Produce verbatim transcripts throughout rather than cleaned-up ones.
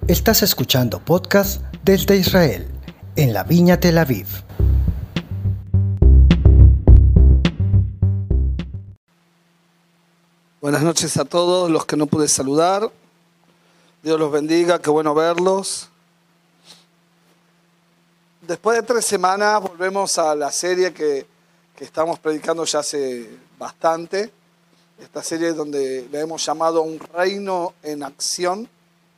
Estás escuchando podcast desde Israel, en la Viña Tel Aviv. Buenas noches a todos los que no pude saludar. Dios los bendiga, qué bueno verlos. Después de tres semanas volvemos a la serie que, que estamos predicando ya hace bastante. Esta serie donde le hemos llamado Un Reino en Acción.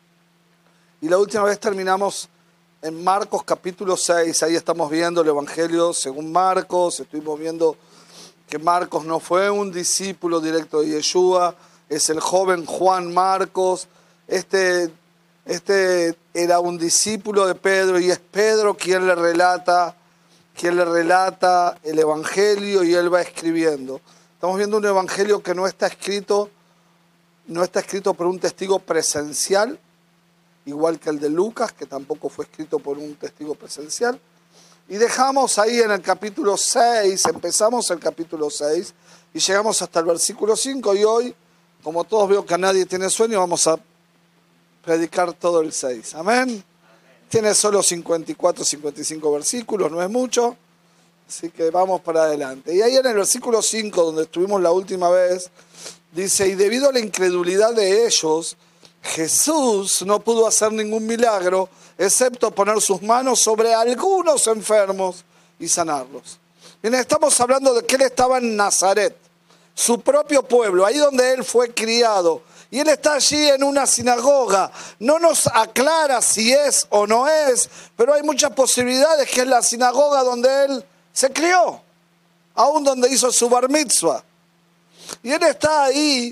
Y la última vez terminamos en Marcos capítulo seis. Ahí estamos viendo el Evangelio según Marcos. Estuvimos viendo que Marcos no fue un discípulo directo de Yeshua. Es el joven Juan Marcos. Este, este era un discípulo de Pedro y es Pedro quien le relata, quien le relata el Evangelio y él va escribiendo. Estamos viendo un Evangelio que no está escrito, no está escrito por un testigo presencial, igual que el de Lucas, que tampoco fue escrito por un testigo presencial. Y dejamos ahí en el capítulo seis, empezamos el capítulo seis y llegamos hasta el versículo cinco. Y hoy, como todos veo que a nadie tiene sueño, vamos a predicar todo el seis. Amén. Amén. Tiene solo cincuenta y cuatro, cincuenta y cinco versículos, no es mucho. Así que vamos para adelante. Y ahí en el versículo cinco, donde estuvimos la última vez, dice: y debido a la incredulidad de ellos, Jesús no pudo hacer ningún milagro, excepto poner sus manos sobre algunos enfermos y sanarlos. Bien, estamos hablando de que él estaba en Nazaret, su propio pueblo, ahí donde él fue criado. Y él está allí en una sinagoga. No nos aclara si es o no es, pero hay muchas posibilidades que es la sinagoga donde él se crió, aún donde hizo su bar mitzvah. Y él está ahí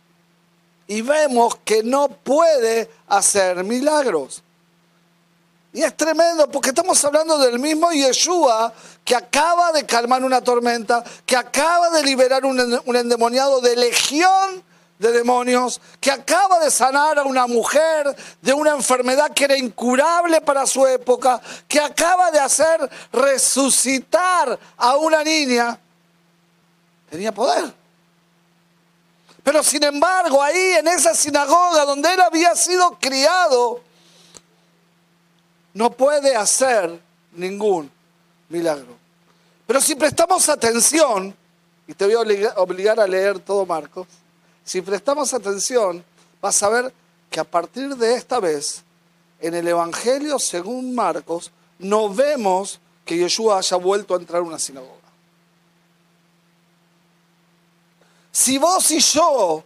y vemos que no puede hacer milagros. Y es tremendo porque estamos hablando del mismo Yeshua que acaba de calmar una tormenta, que acaba de liberar un, un endemoniado de legión de demonios, que acaba de sanar a una mujer de una enfermedad que era incurable para su época, que acaba de hacer resucitar a una niña. Tenía poder. Pero sin embargo, ahí en esa sinagoga donde él había sido criado, no puede hacer ningún milagro. Pero si prestamos atención, y te voy a obligar, obligar a leer todo Marcos, si prestamos atención, vas a ver que a partir de esta vez, en el Evangelio según Marcos, no vemos que Yeshua haya vuelto a entrar a una sinagoga. Si vos y yo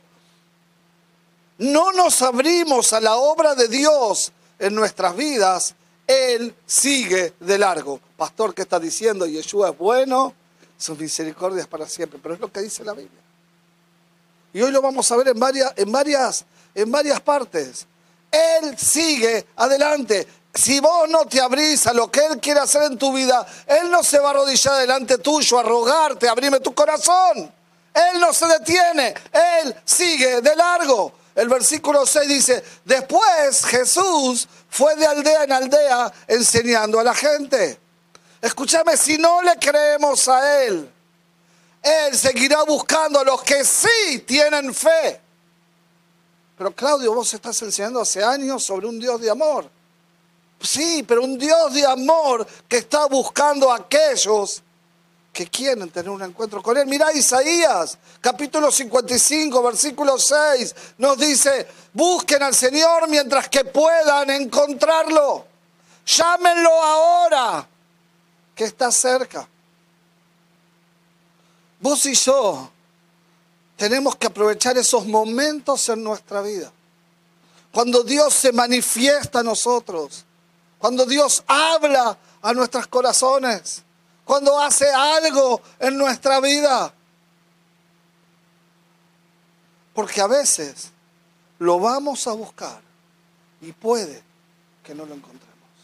no nos abrimos a la obra de Dios en nuestras vidas, Él sigue de largo. Pastor, ¿qué está diciendo? Yeshua es bueno, sus misericordias para siempre. Pero es lo que dice la Biblia. Y hoy lo vamos a ver en varias, en varias, en varias partes. Él sigue adelante. Si vos no te abrís a lo que Él quiere hacer en tu vida, Él no se va a arrodillar delante tuyo a rogarte, a abrime tu corazón. Él no se detiene, Él sigue de largo. El versículo seis dice: después Jesús fue de aldea en aldea enseñando a la gente. Escúchame, si no le creemos a Él, Él seguirá buscando a los que sí tienen fe. Pero Claudio, vos estás enseñando hace años sobre un Dios de amor. Sí, pero un Dios de amor que está buscando a aquellos que quieren tener un encuentro con Él. Mirá Isaías, capítulo cincuenta y cinco, versículo seis, nos dice: busquen al Señor mientras que puedan encontrarlo. Llámenlo ahora, que está cerca. Vos y yo tenemos que aprovechar esos momentos en nuestra vida. Cuando Dios se manifiesta a nosotros, cuando Dios habla a nuestros corazones, cuando hace algo en nuestra vida. Porque a veces lo vamos a buscar y puede que no lo encontremos.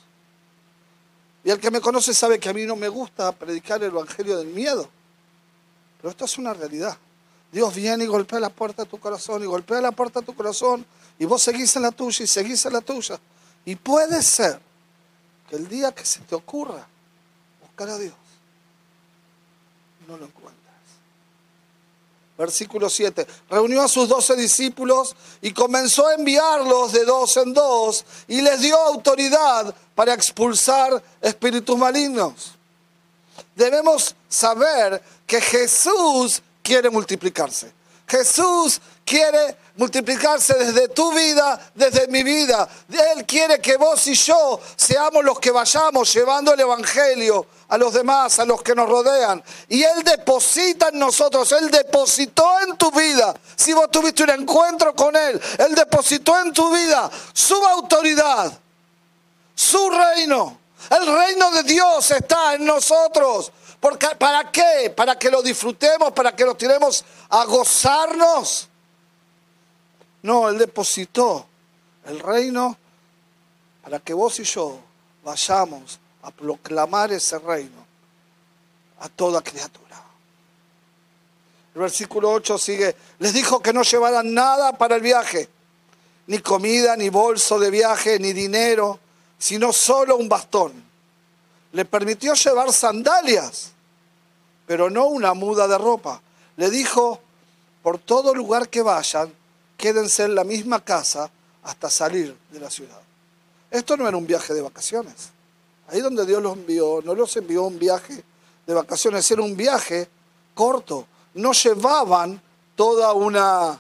Y el que me conoce sabe que a mí no me gusta predicar el evangelio del miedo. Pero esto es una realidad. Dios viene y golpea la puerta de tu corazón y golpea la puerta de tu corazón y vos seguís en la tuya y seguís en la tuya. Y puede ser que el día que se te ocurra buscar a Dios, no lo encuentras. Versículo siete. Reunió a sus doce discípulos y comenzó a enviarlos de dos en dos y les dio autoridad para expulsar espíritus malignos. Debemos saber que Jesús quiere multiplicarse. Jesús quiere multiplicarse desde tu vida, desde mi vida. Él quiere que vos y yo seamos los que vayamos llevando el evangelio a los demás, a los que nos rodean. Y Él deposita en nosotros, Él depositó en tu vida. Si vos tuviste un encuentro con Él, Él depositó en tu vida su autoridad, su reino. El reino de Dios está en nosotros. Porque, ¿para qué? Para que lo disfrutemos, para que nos tiremos a gozarnos. No, Él depositó el reino para que vos y yo vayamos a proclamar ese reino a toda criatura. El versículo ocho sigue. Les dijo que no llevaran nada para el viaje, ni comida, ni bolso de viaje, ni dinero, sino solo un bastón. Le permitió llevar sandalias, pero no una muda de ropa. Le dijo, por todo lugar que vayan, quédense en la misma casa hasta salir de la ciudad. Esto no era un viaje de vacaciones. Ahí donde Dios los envió, no los envió un viaje de vacaciones, era un viaje corto. No llevaban toda una,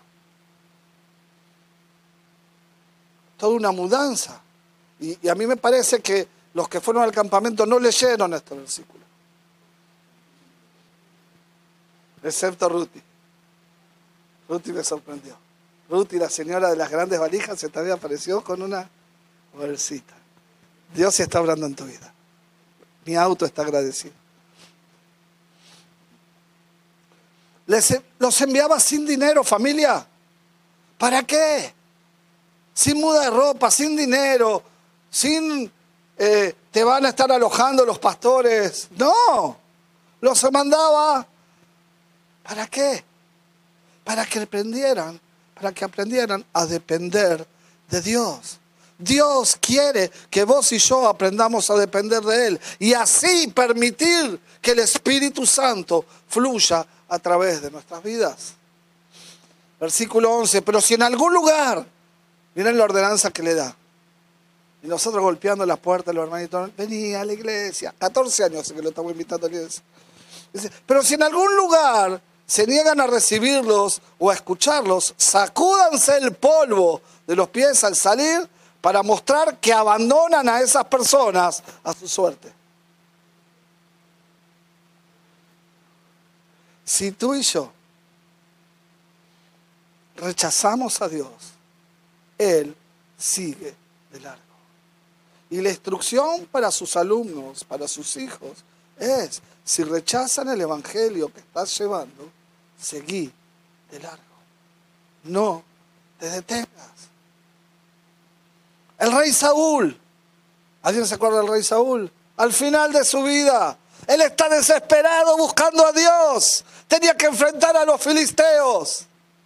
toda una mudanza. Y, y a mí me parece que los que fueron al campamento no leyeron este versículo. Excepto Ruti. Ruti me sorprendió. Ruti, la señora de las grandes valijas, se también apareció con una bolsita. Dios está hablando en tu vida. Mi auto está agradecido. Les, los enviaba sin dinero, familia. ¿Para qué? Sin muda de ropa, sin dinero, sin eh, te van a estar alojando los pastores. No, los mandaba. ¿Para qué? Para que aprendieran, para que aprendieran a depender de Dios. Dios quiere que vos y yo aprendamos a depender de Él y así permitir que el Espíritu Santo fluya a través de nuestras vidas. Versículo once, pero si en algún lugar, miren la ordenanza que le da, y nosotros golpeando la puerta de los hermanitos, vení a la iglesia, catorce años hace que lo estamos invitando a la iglesia. Dice, pero si en algún lugar se niegan a recibirlos o a escucharlos, sacúdanse el polvo de los pies al salir para mostrar que abandonan a esas personas a su suerte. Si tú y yo rechazamos a Dios, Él sigue de largo. Y la instrucción para sus alumnos, para sus hijos, es, si rechazan el evangelio que estás llevando, seguí de largo. No te detengas. El rey Saúl, ¿alguien se acuerda del rey Saúl? Al final de su vida, él está desesperado buscando a Dios. Tenía que enfrentar a los filisteos.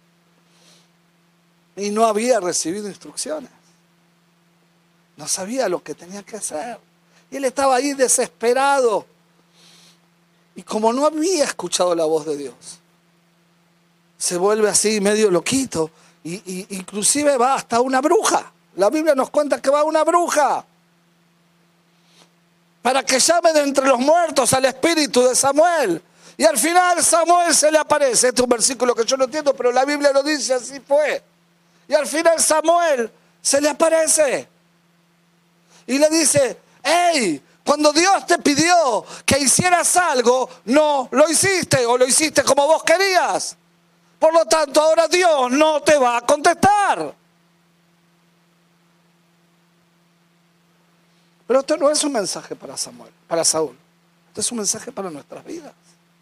Y no había recibido instrucciones. No sabía lo que tenía que hacer. Y él estaba ahí desesperado. Y como no había escuchado la voz de Dios, se vuelve así medio loquito. Y, y inclusive va hasta una bruja. La Biblia nos cuenta que va una bruja para que llame de entre los muertos al espíritu de Samuel. Y al final Samuel se le aparece. Este es un versículo que yo no entiendo, pero la Biblia lo dice, así fue. Y al final Samuel se le aparece y le dice, hey, cuando Dios te pidió que hicieras algo, no lo hiciste o lo hiciste como vos querías. Por lo tanto, ahora Dios no te va a contestar. Pero esto no es un mensaje para Samuel, para Saúl. Esto es un mensaje para nuestras vidas.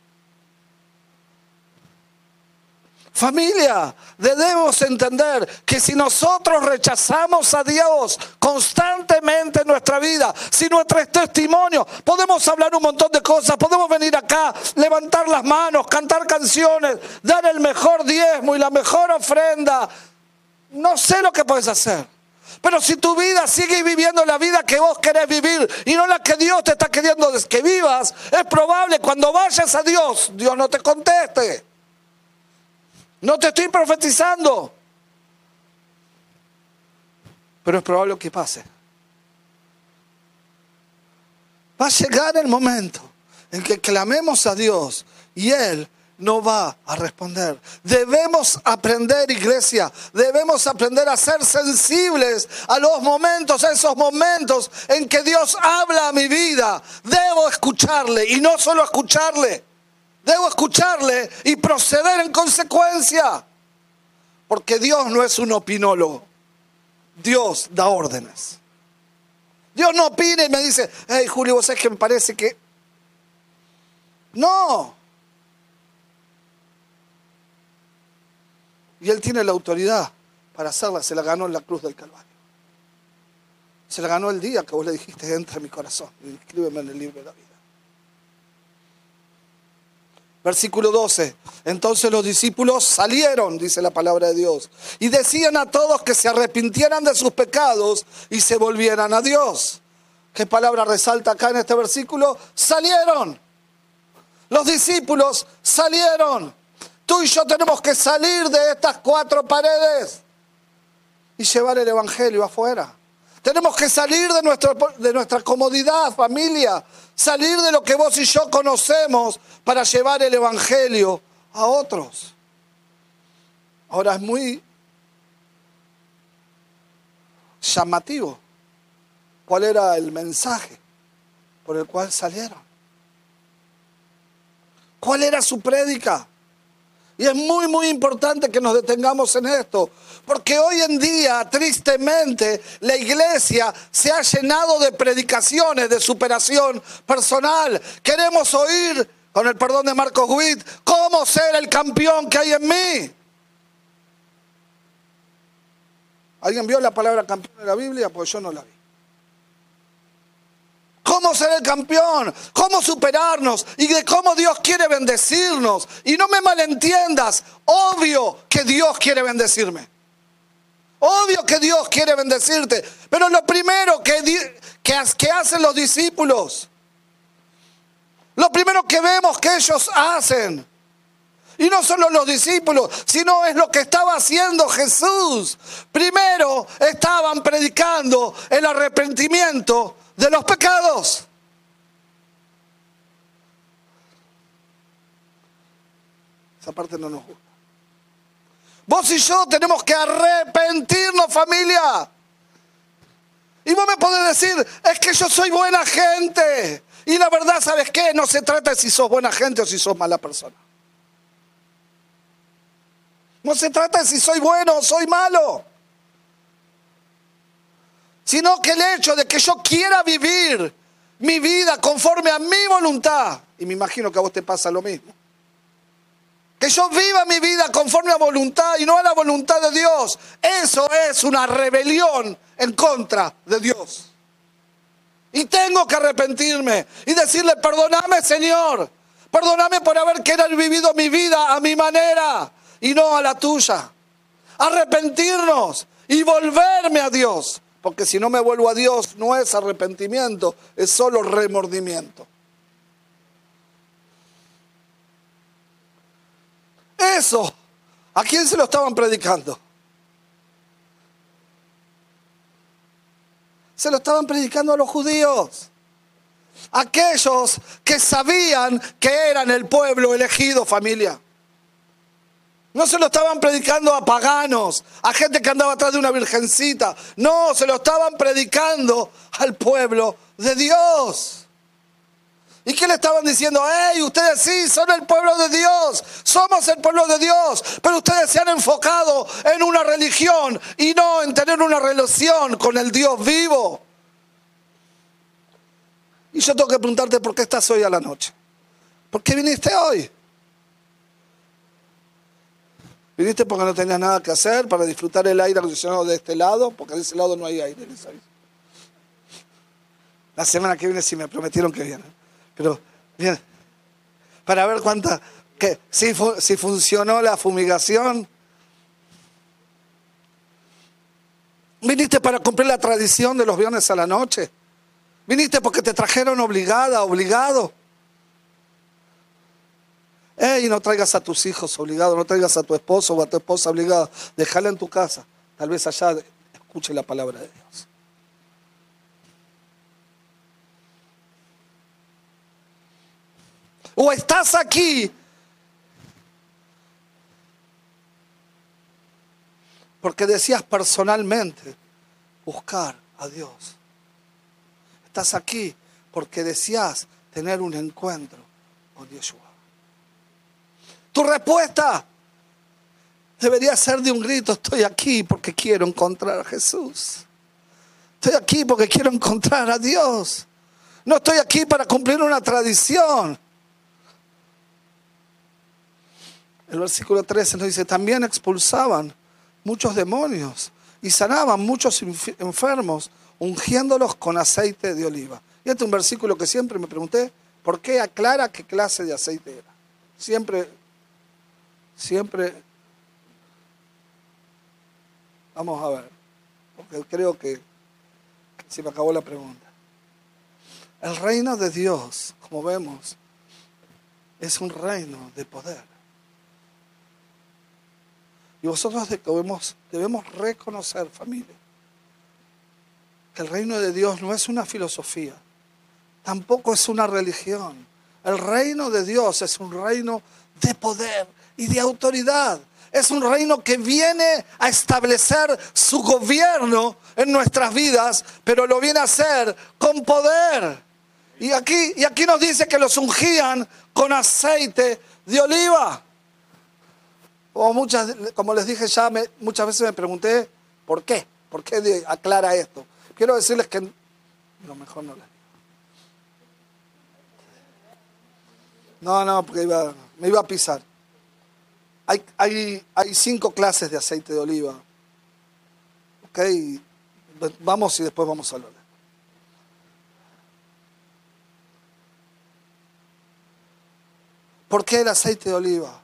Familia, debemos entender que si nosotros rechazamos a Dios constantemente en nuestra vida, si nuestro testimonio, podemos hablar un montón de cosas, podemos venir acá, levantar las manos, cantar canciones, dar el mejor diezmo y la mejor ofrenda. No sé lo que puedes hacer. Pero si tu vida sigue viviendo la vida que vos querés vivir y no la que Dios te está queriendo que vivas, es probable cuando vayas a Dios, Dios no te conteste. No te estoy profetizando. Pero es probable que pase. Va a llegar el momento en que clamemos a Dios y Él no va a responder. Debemos aprender, iglesia, debemos aprender a ser sensibles a los momentos, a esos momentos en que Dios habla a mi vida. Debo escucharle y no solo escucharle. Debo escucharle y proceder en consecuencia. Porque Dios no es un opinólogo. Dios da órdenes. Dios no opina y me dice, hey Julio, vos sabés que me parece que... No. Y Él tiene la autoridad para hacerla. Se la ganó en la cruz del Calvario. Se la ganó el día que vos le dijiste, entra en mi corazón y escríbeme en el libro de la vida. Versículo doce. Entonces los discípulos salieron, dice la palabra de Dios, y decían a todos que se arrepintieran de sus pecados y se volvieran a Dios. ¿Qué palabra resalta acá en este versículo? Salieron. Los discípulos salieron. Tú y yo tenemos que salir de estas cuatro paredes y llevar el evangelio afuera. Tenemos que salir de, nuestro, de nuestra comodidad, familia. Salir de lo que vos y yo conocemos para llevar el evangelio a otros. Ahora es muy llamativo. ¿Cuál era el mensaje por el cual salieron? ¿Cuál era su prédica? Y es muy, muy importante que nos detengamos en esto. Porque hoy en día, tristemente, la iglesia se ha llenado de predicaciones de superación personal. Queremos oír, con el perdón de Marcos Witt, cómo ser el campeón que hay en mí. ¿Alguien vio la palabra campeón en la Biblia? Pues yo no la vi. Cómo ser el campeón, cómo superarnos y de cómo Dios quiere bendecirnos. Y no me malentiendas, obvio que Dios quiere bendecirme. Obvio que Dios quiere bendecirte. Pero lo primero que, que, que hacen los discípulos, lo primero que vemos que ellos hacen, y no solo los discípulos, sino es lo que estaba haciendo Jesús. Primero estaban predicando el arrepentimiento de los pecados. Esa parte no nos gusta. Vos y yo tenemos que arrepentirnos, familia. Y vos me podés decir, es que yo soy buena gente. Y la verdad, ¿sabes qué? No se trata de si sos buena gente o si sos mala persona. No se trata de si soy bueno o soy malo. Sino que el hecho de que yo quiera vivir mi vida conforme a mi voluntad, y me imagino que a vos te pasa lo mismo, que yo viva mi vida conforme a voluntad y no a la voluntad de Dios, eso es una rebelión en contra de Dios. Y tengo que arrepentirme y decirle, perdóname, Señor, perdóname por haber querido vivido mi vida a mi manera y no a la tuya. Arrepentirnos y volverme a Dios. Porque si no me vuelvo a Dios, no es arrepentimiento, es solo remordimiento. Eso, ¿a quién se lo estaban predicando? Se lo estaban predicando a los judíos. Aquellos que sabían que eran el pueblo elegido, familia. No se lo estaban predicando a paganos, a gente que andaba atrás de una virgencita. No, se lo estaban predicando al pueblo de Dios. ¿Y qué le estaban diciendo? ¡Ey, ustedes sí, son el pueblo de Dios! Somos el pueblo de Dios, pero ustedes se han enfocado en una religión y no en tener una relación con el Dios vivo. Y yo tengo que preguntarte, ¿por qué estás hoy a la noche? ¿Por qué viniste hoy? ¿Viniste porque no tenías nada que hacer para disfrutar el aire acondicionado de este lado? Porque de ese lado no hay aire, ¿les aviso? La semana que viene sí me prometieron que vienen. Pero, bien, para ver cuánta, que, si, si funcionó la fumigación. ¿Viniste para cumplir la tradición de los viernes a la noche? ¿Viniste porque te trajeron obligada, obligado? Ey, no traigas a tus hijos obligados, no traigas a tu esposo o a tu esposa obligada. Déjala en tu casa. Tal vez allá escuche la palabra de Dios. O estás aquí porque decías personalmente buscar a Dios. Estás aquí porque decías tener un encuentro con Yeshua. Tu respuesta debería ser de un grito: estoy aquí porque quiero encontrar a Jesús. Estoy aquí porque quiero encontrar a Dios. No estoy aquí para cumplir una tradición. El versículo trece nos dice: también expulsaban muchos demonios y sanaban muchos enfermos, ungiéndolos con aceite de oliva. Y este es un versículo que siempre me pregunté, ¿por qué aclara qué clase de aceite era? Siempre, siempre, vamos a ver, porque creo que, que se me acabó la pregunta. El reino de Dios, como vemos, es un reino de poder. Y vosotros debemos, debemos reconocer, familia, que el reino de Dios no es una filosofía, tampoco es una religión. El reino de Dios es un reino de poder y de autoridad. Es un reino que viene a establecer su gobierno en nuestras vidas, pero lo viene a hacer con poder. Y aquí, y aquí nos dice que los ungían con aceite de oliva. Como, muchas, como les dije ya, me, muchas veces me pregunté, ¿por qué? ¿Por qué aclara esto? Quiero decirles que, no, mejor no les digo. No, no, porque iba, me iba a pisar. Hay, hay, hay cinco clases de aceite de oliva. Ok, vamos y después vamos a hablar. ¿Por qué el aceite de oliva?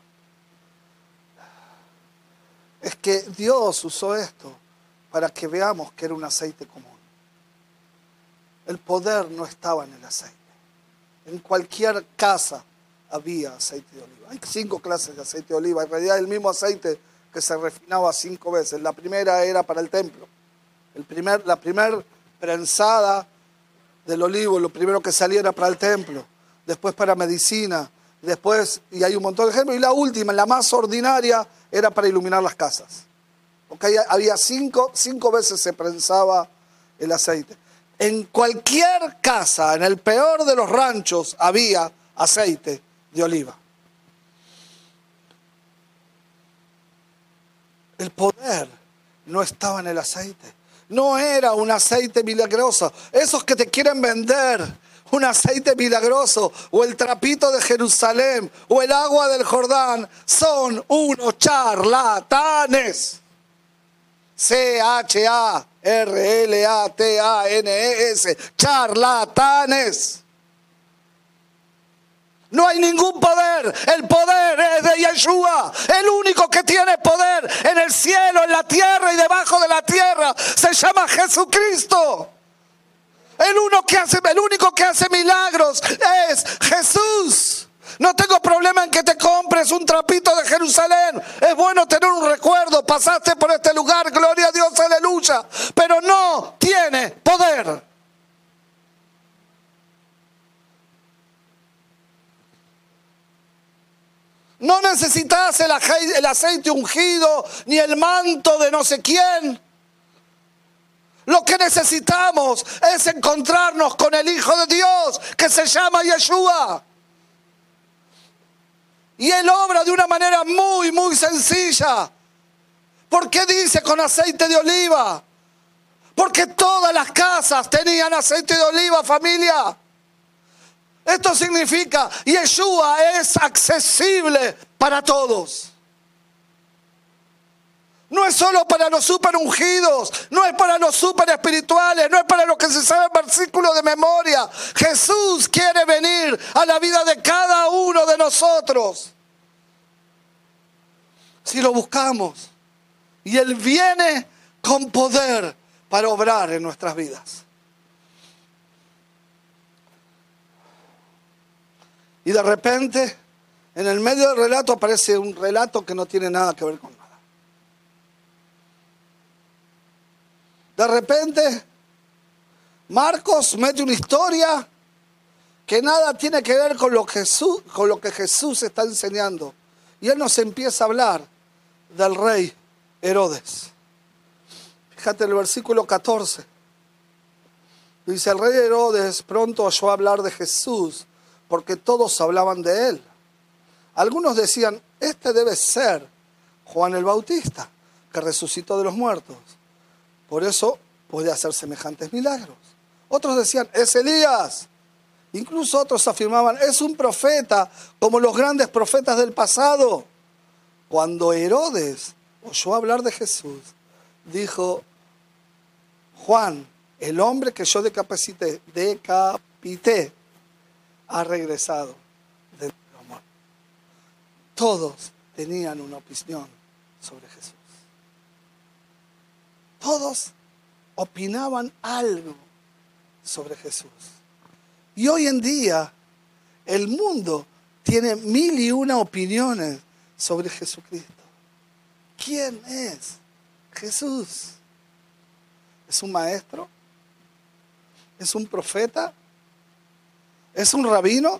Es que Dios usó esto para que veamos que era un aceite común. El poder no estaba en el aceite. En cualquier casa había aceite de oliva. Hay cinco clases de aceite de oliva. En realidad el mismo aceite que se refinaba cinco veces. La primera era para el templo. El primer, la primera prensada del olivo, lo primero que salía era para el templo. Después para medicina. Después, y hay un montón de ejemplos. Y la última, la más ordinaria, era para iluminar las casas. Okay, había cinco, cinco veces se prensaba el aceite. En cualquier casa, en el peor de los ranchos, había aceite de oliva. El poder no estaba en el aceite. No era un aceite milagroso. Esos que te quieren vender un aceite milagroso o el trapito de Jerusalén o el agua del Jordán son unos charlatanes. C H A R L A T A N E S, charlatanes. No hay ningún poder. El poder es de Yeshua. El único que tiene poder en el cielo, en la tierra y debajo de la tierra se llama Jesucristo. El, uno que hace, el único que hace milagros es Jesús. No tengo problema en que te compres un trapito de Jerusalén. Es bueno tener un recuerdo. Pasaste por este lugar, gloria a Dios, aleluya. Pero no tiene poder. No necesitas el, el aceite ungido ni el manto de no sé quién. Lo que necesitamos es encontrarnos con el Hijo de Dios que se llama Yeshua. Y Él obra de una manera muy, muy sencilla. ¿Por qué dice con aceite de oliva? Porque todas las casas tenían aceite de oliva, familia. Esto significa, Yeshua es accesible para todos. No es solo para los super ungidos, no es para los super espirituales, no es para los que se saben versículos de memoria. Jesús quiere venir a la vida de cada uno de nosotros. Si lo buscamos. Y Él viene con poder para obrar en nuestras vidas. Y de repente En el medio del relato aparece un relato que no tiene nada que ver con nada. De repente, Marcos mete una historia que nada tiene que ver con lo, Jesús, con lo que Jesús está enseñando. Y él nos empieza a hablar del rey Herodes. Fíjate en el versículo catorce. Dice, el rey Herodes pronto oyó hablar de Jesús, porque todos hablaban de él. Algunos decían, este debe ser Juan el Bautista, que resucitó de los muertos. Por eso puede hacer semejantes milagros. Otros decían, es Elías. Incluso otros afirmaban, es un profeta, como los grandes profetas del pasado. Cuando Herodes oyó hablar de Jesús, dijo, Juan, el hombre que yo decapité, decapité ha regresado de los muertos. Todos tenían una opinión sobre Jesús. Todos opinaban algo sobre Jesús. Y hoy en día el mundo tiene mil y una opiniones sobre Jesucristo. ¿Quién es Jesús? ¿Es un maestro? ¿Es un profeta? ¿Es un rabino?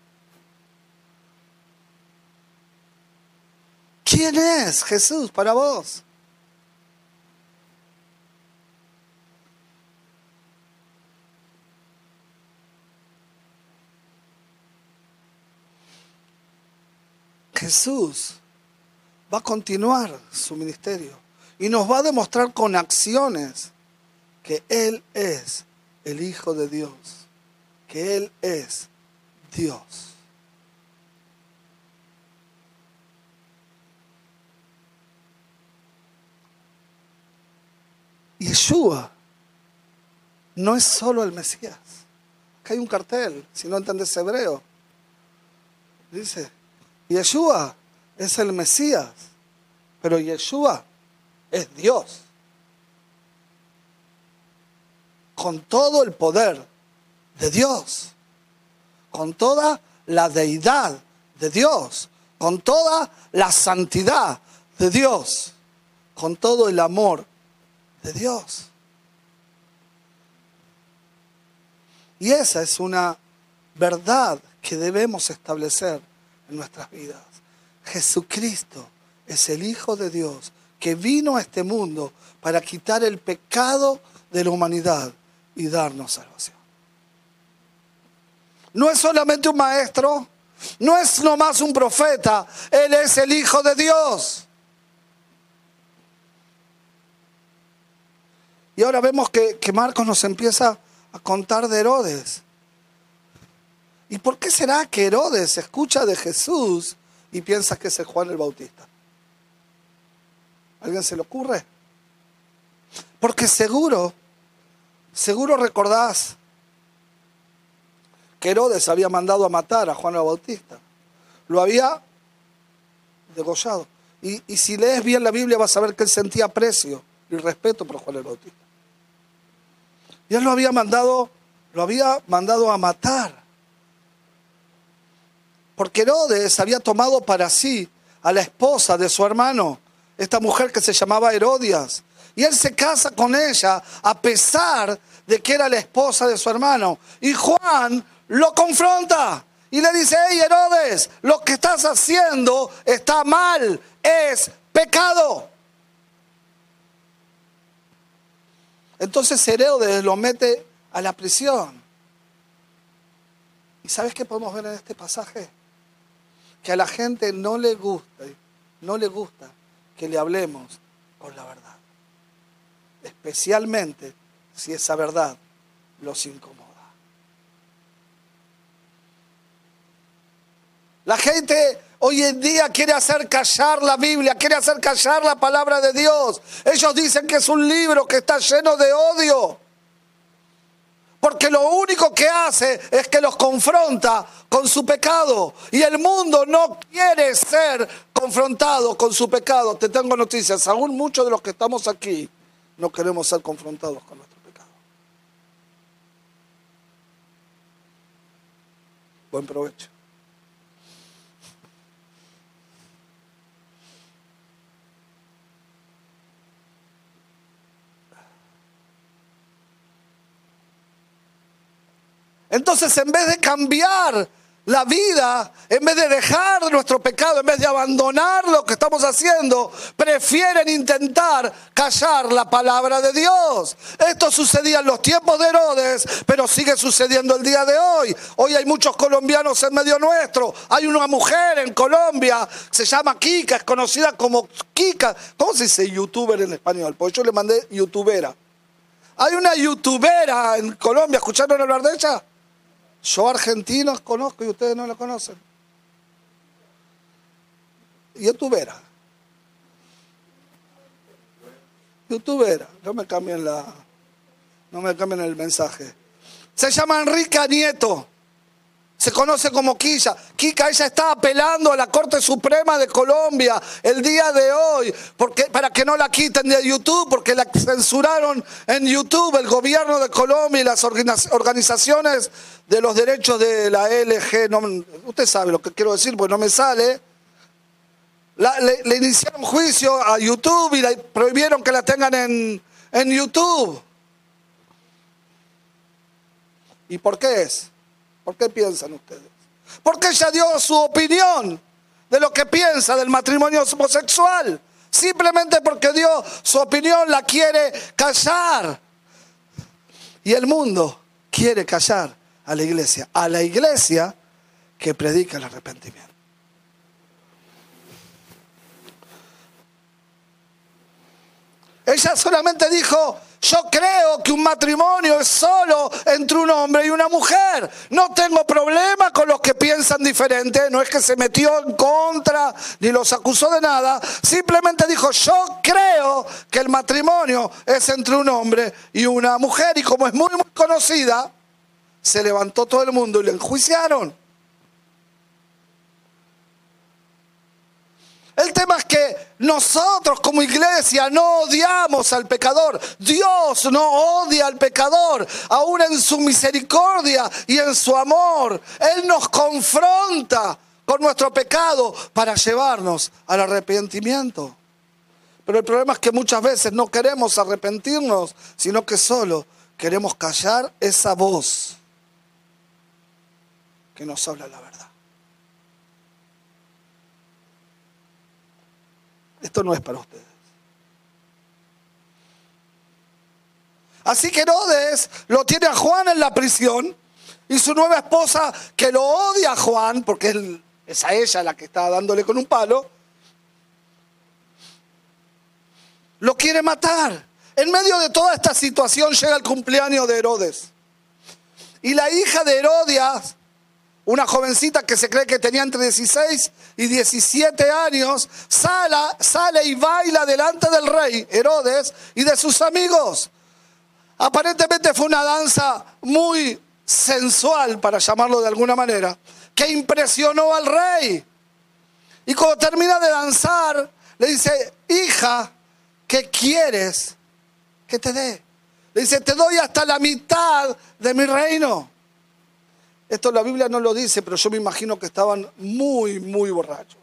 ¿Quién es Jesús para vos? Jesús va a continuar su ministerio y nos va a demostrar con acciones que Él es el Hijo de Dios, que Él es Dios. Yeshua no es solo el Mesías. Acá hay un cartel, si no entendés hebreo. Dice, Yeshua es el Mesías, pero Yeshua es Dios. Con todo el poder de Dios, con toda la deidad de Dios, con toda la santidad de Dios, con todo el amor de Dios. Y esa es una verdad que debemos establecer en nuestras vidas. Jesucristo es el Hijo de Dios que vino a este mundo para quitar el pecado de la humanidad y darnos salvación. No es solamente un maestro, no es nomás un profeta, Él es el Hijo de Dios. Y ahora vemos que, que Marcos nos empieza a contar de Herodes. ¿Y por qué será que Herodes escucha de Jesús y piensa que es el Juan el Bautista? ¿Alguien se le ocurre? Porque seguro, seguro recordás que Herodes había mandado a matar a Juan el Bautista. Lo había degollado. Y, y si lees bien la Biblia vas a ver que él sentía aprecio y respeto por Juan el Bautista. Y él lo había mandado, lo había mandado a matar. Porque Herodes había tomado para sí a la esposa de su hermano, esta mujer que se llamaba Herodias. Y él se casa con ella a pesar de que era la esposa de su hermano. Y Juan lo confronta y le dice, hey Herodes, lo que estás haciendo está mal, es pecado. Entonces Herodes lo mete a la prisión. ¿Y sabes qué podemos ver en este pasaje? Que a la gente no le gusta, no le gusta que le hablemos con la verdad. Especialmente si esa verdad los incomoda. La gente hoy en día quiere hacer callar la Biblia, quiere hacer callar la palabra de Dios. Ellos dicen que es un libro que está lleno de odio. Porque lo único que hace es que los confronta con su pecado. Y el mundo no quiere ser confrontado con su pecado. Te tengo noticias, aún muchos de los que estamos aquí no queremos ser confrontados con nuestro pecado. Buen provecho. Entonces, en vez de cambiar la vida, en vez de dejar nuestro pecado, en vez de abandonar lo que estamos haciendo, prefieren intentar callar la palabra de Dios. Esto sucedía en los tiempos de Herodes, pero sigue sucediendo el día de hoy. Hoy hay muchos colombianos en medio nuestro. Hay una mujer en Colombia, se llama Kika, es conocida como Kika. ¿Cómo se dice youtuber en español? Porque yo le mandé youtubera. Hay una youtubera en Colombia, ¿escucharon hablar de ella? Yo argentinos conozco y ustedes no la conocen. Youtubera. Youtubera. No me cambien la, no me cambien el mensaje. Se llama Enrica Nieto. Se conoce como Kika. Kika, ella está apelando a la Corte Suprema de Colombia el día de hoy porque, para que no la quiten de YouTube, porque la censuraron en YouTube el gobierno de Colombia y las organizaciones de los derechos de la L G. No, usted sabe lo que quiero decir, porque no me sale. La, le, le iniciaron juicio a YouTube y la prohibieron que la tengan en, en YouTube. ¿Y por qué es? ¿Por qué piensan ustedes? Porque ella dio su opinión de lo que piensa del matrimonio homosexual. Simplemente porque dio su opinión, la quiere callar. Y el mundo quiere callar a la iglesia. A la iglesia que predica el arrepentimiento. Ella solamente dijo: yo creo que un matrimonio es solo entre un hombre y una mujer. No tengo problema con los que piensan diferente. No es que se metió en contra ni los acusó de nada. Simplemente dijo: yo creo que el matrimonio es entre un hombre y una mujer. Y como es muy, muy conocida, se levantó todo el mundo y le enjuiciaron. El tema es que nosotros como iglesia no odiamos al pecador. Dios no odia al pecador, aún en su misericordia y en su amor. Él nos confronta con nuestro pecado para llevarnos al arrepentimiento. Pero el problema es que muchas veces no queremos arrepentirnos, sino que solo queremos callar esa voz que nos habla la verdad. Esto no es para ustedes. Así que Herodes lo tiene a Juan en la prisión y su nueva esposa, que lo odia a Juan, porque él, es a ella la que está dándole con un palo, lo quiere matar. En medio de toda esta situación llega el cumpleaños de Herodes. Y la hija de Herodias, una jovencita que se cree que tenía entre dieciséis y diecisiete años, sale, sale y baila delante del rey Herodes y de sus amigos. Aparentemente fue una danza muy sensual, para llamarlo de alguna manera, que impresionó al rey. Y cuando termina de danzar, le dice: hija, ¿qué quieres que te dé? Le dice: te doy hasta la mitad de mi reino. Esto la Biblia no lo dice, pero yo me imagino que estaban muy, muy borrachos.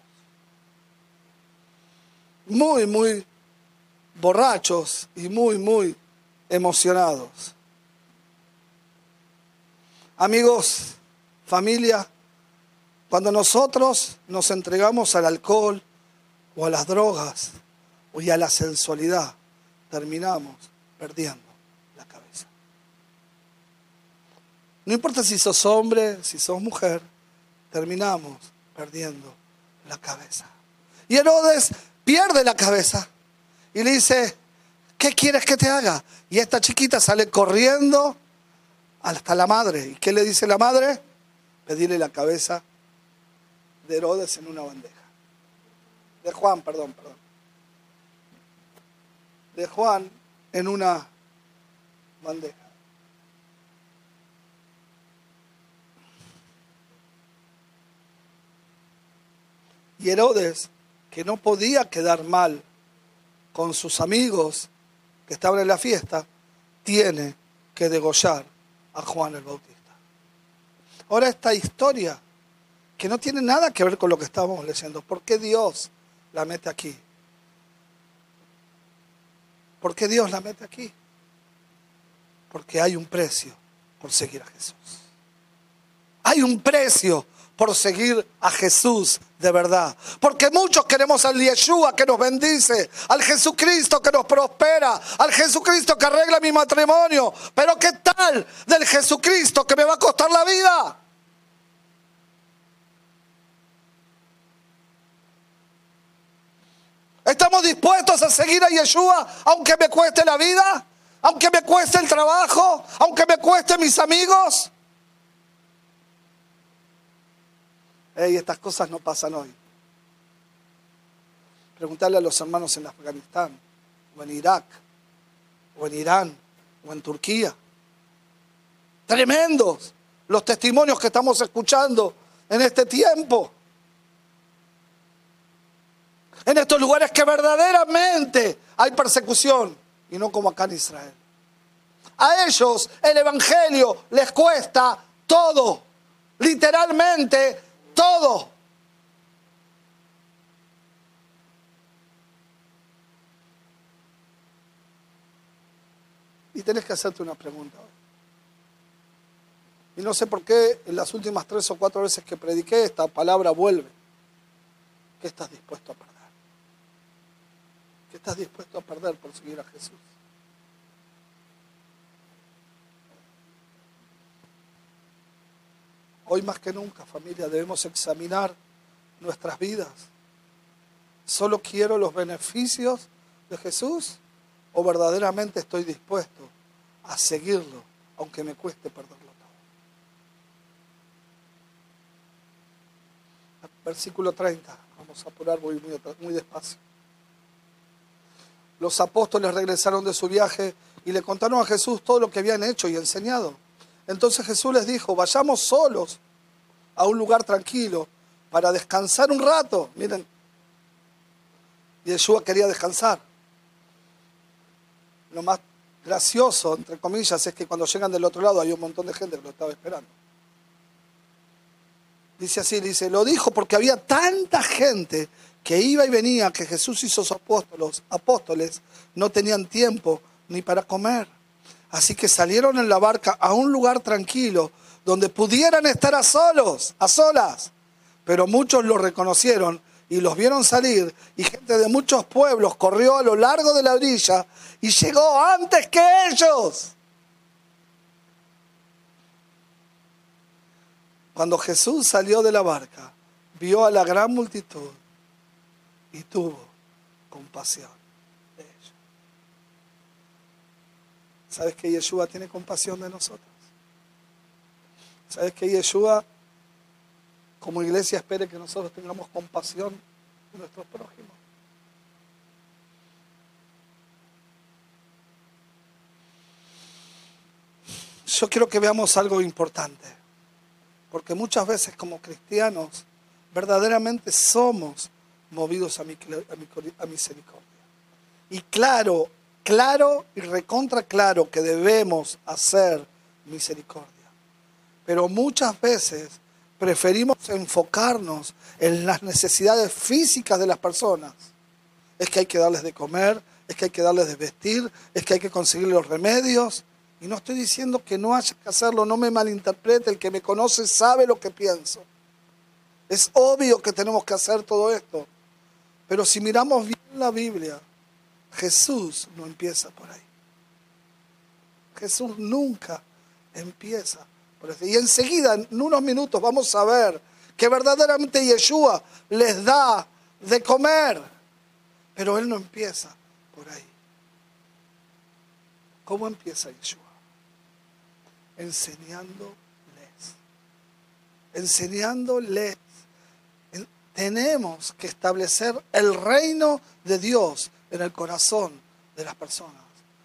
Muy, muy borrachos y muy, muy emocionados. Amigos, familia, cuando nosotros nos entregamos al alcohol o a las drogas o a la sensualidad, terminamos perdiendo la cabeza. No importa si sos hombre, si sos mujer, terminamos perdiendo la cabeza. Y Herodes pierde la cabeza y le dice: ¿qué quieres que te haga? Y esta chiquita sale corriendo hasta la madre. ¿Y qué le dice la madre? Pedirle la cabeza de Herodes en una bandeja. De Juan, perdón, perdón. De Juan en una bandeja. Y Herodes, que no podía quedar mal con sus amigos que estaban en la fiesta, tiene que degollar a Juan el Bautista. Ahora, esta historia, que no tiene nada que ver con lo que estábamos leyendo, ¿por qué Dios la mete aquí? ¿Por qué Dios la mete aquí? Porque hay un precio por seguir a Jesús. Hay un precio por seguir a Jesús de verdad. Porque muchos queremos al Yeshua que nos bendice, al Jesucristo que nos prospera, al Jesucristo que arregla mi matrimonio. Pero ¿qué tal del Jesucristo que me va a costar la vida? ¿Estamos dispuestos a seguir a Yeshua aunque me cueste la vida? ¿Aunque me cueste el trabajo? ¿Aunque me cueste mis amigos? Hey, estas cosas no pasan hoy. Preguntarle a los hermanos en Afganistán, o en Irak, o en Irán, o en Turquía. Tremendos los testimonios que estamos escuchando en este tiempo. En estos lugares que verdaderamente hay persecución, y no como acá en Israel. A ellos el evangelio les cuesta todo, literalmente todo. Y tenés que hacerte una pregunta hoy. Y no sé por qué en las últimas tres o cuatro veces que prediqué esta palabra vuelve. ¿Qué estás dispuesto a perder? ¿Qué estás dispuesto a perder por seguir a Jesús? Hoy más que nunca, familia, debemos examinar nuestras vidas. ¿Solo quiero los beneficios de Jesús? ¿O verdaderamente estoy dispuesto a seguirlo, aunque me cueste perderlo todo? Versículo treinta. Vamos a apurar muy, muy, muy despacio. Los apóstoles regresaron de su viaje y le contaron a Jesús todo lo que habían hecho y enseñado. Entonces Jesús les dijo, vayamos solos a un lugar tranquilo para descansar un rato. Miren, Yeshua quería descansar. Lo más gracioso, entre comillas, es que cuando llegan del otro lado hay un montón de gente que lo estaba esperando. Dice así, dice, lo dijo porque había tanta gente que iba y venía que Jesús y sus apóstoles, apóstoles no tenían tiempo ni para comer. Así que salieron en la barca a un lugar tranquilo donde pudieran estar a solos, a solas. Pero muchos los reconocieron y los vieron salir, y gente de muchos pueblos corrió a lo largo de la orilla y llegó antes que ellos. Cuando Jesús salió de la barca, vio a la gran multitud y tuvo compasión de ellos. ¿Sabes que Yeshua tiene compasión de nosotros? ¿Sabes que Yeshua, como iglesia, espera que nosotros tengamos compasión de nuestros prójimos? Yo quiero que veamos algo importante, porque muchas veces como cristianos verdaderamente somos movidos a, mi, a, mi, a misericordia. Y claro, claro y recontra claro que debemos hacer misericordia. Pero muchas veces preferimos enfocarnos en las necesidades físicas de las personas. Es que hay que darles de comer, es que hay que darles de vestir, es que hay que conseguir los remedios. Y no estoy diciendo que no haya que hacerlo, no me malinterprete, el que me conoce sabe lo que pienso. Es obvio que tenemos que hacer todo esto. Pero si miramos bien la Biblia, Jesús no empieza por ahí. Jesús nunca empieza por ahí. Y enseguida, en unos minutos, vamos a ver que verdaderamente Yeshua les da de comer. Pero Él no empieza por ahí. ¿Cómo empieza Yeshua? Enseñándoles. Enseñándoles. Tenemos que establecer el reino de Dios en el corazón de las personas.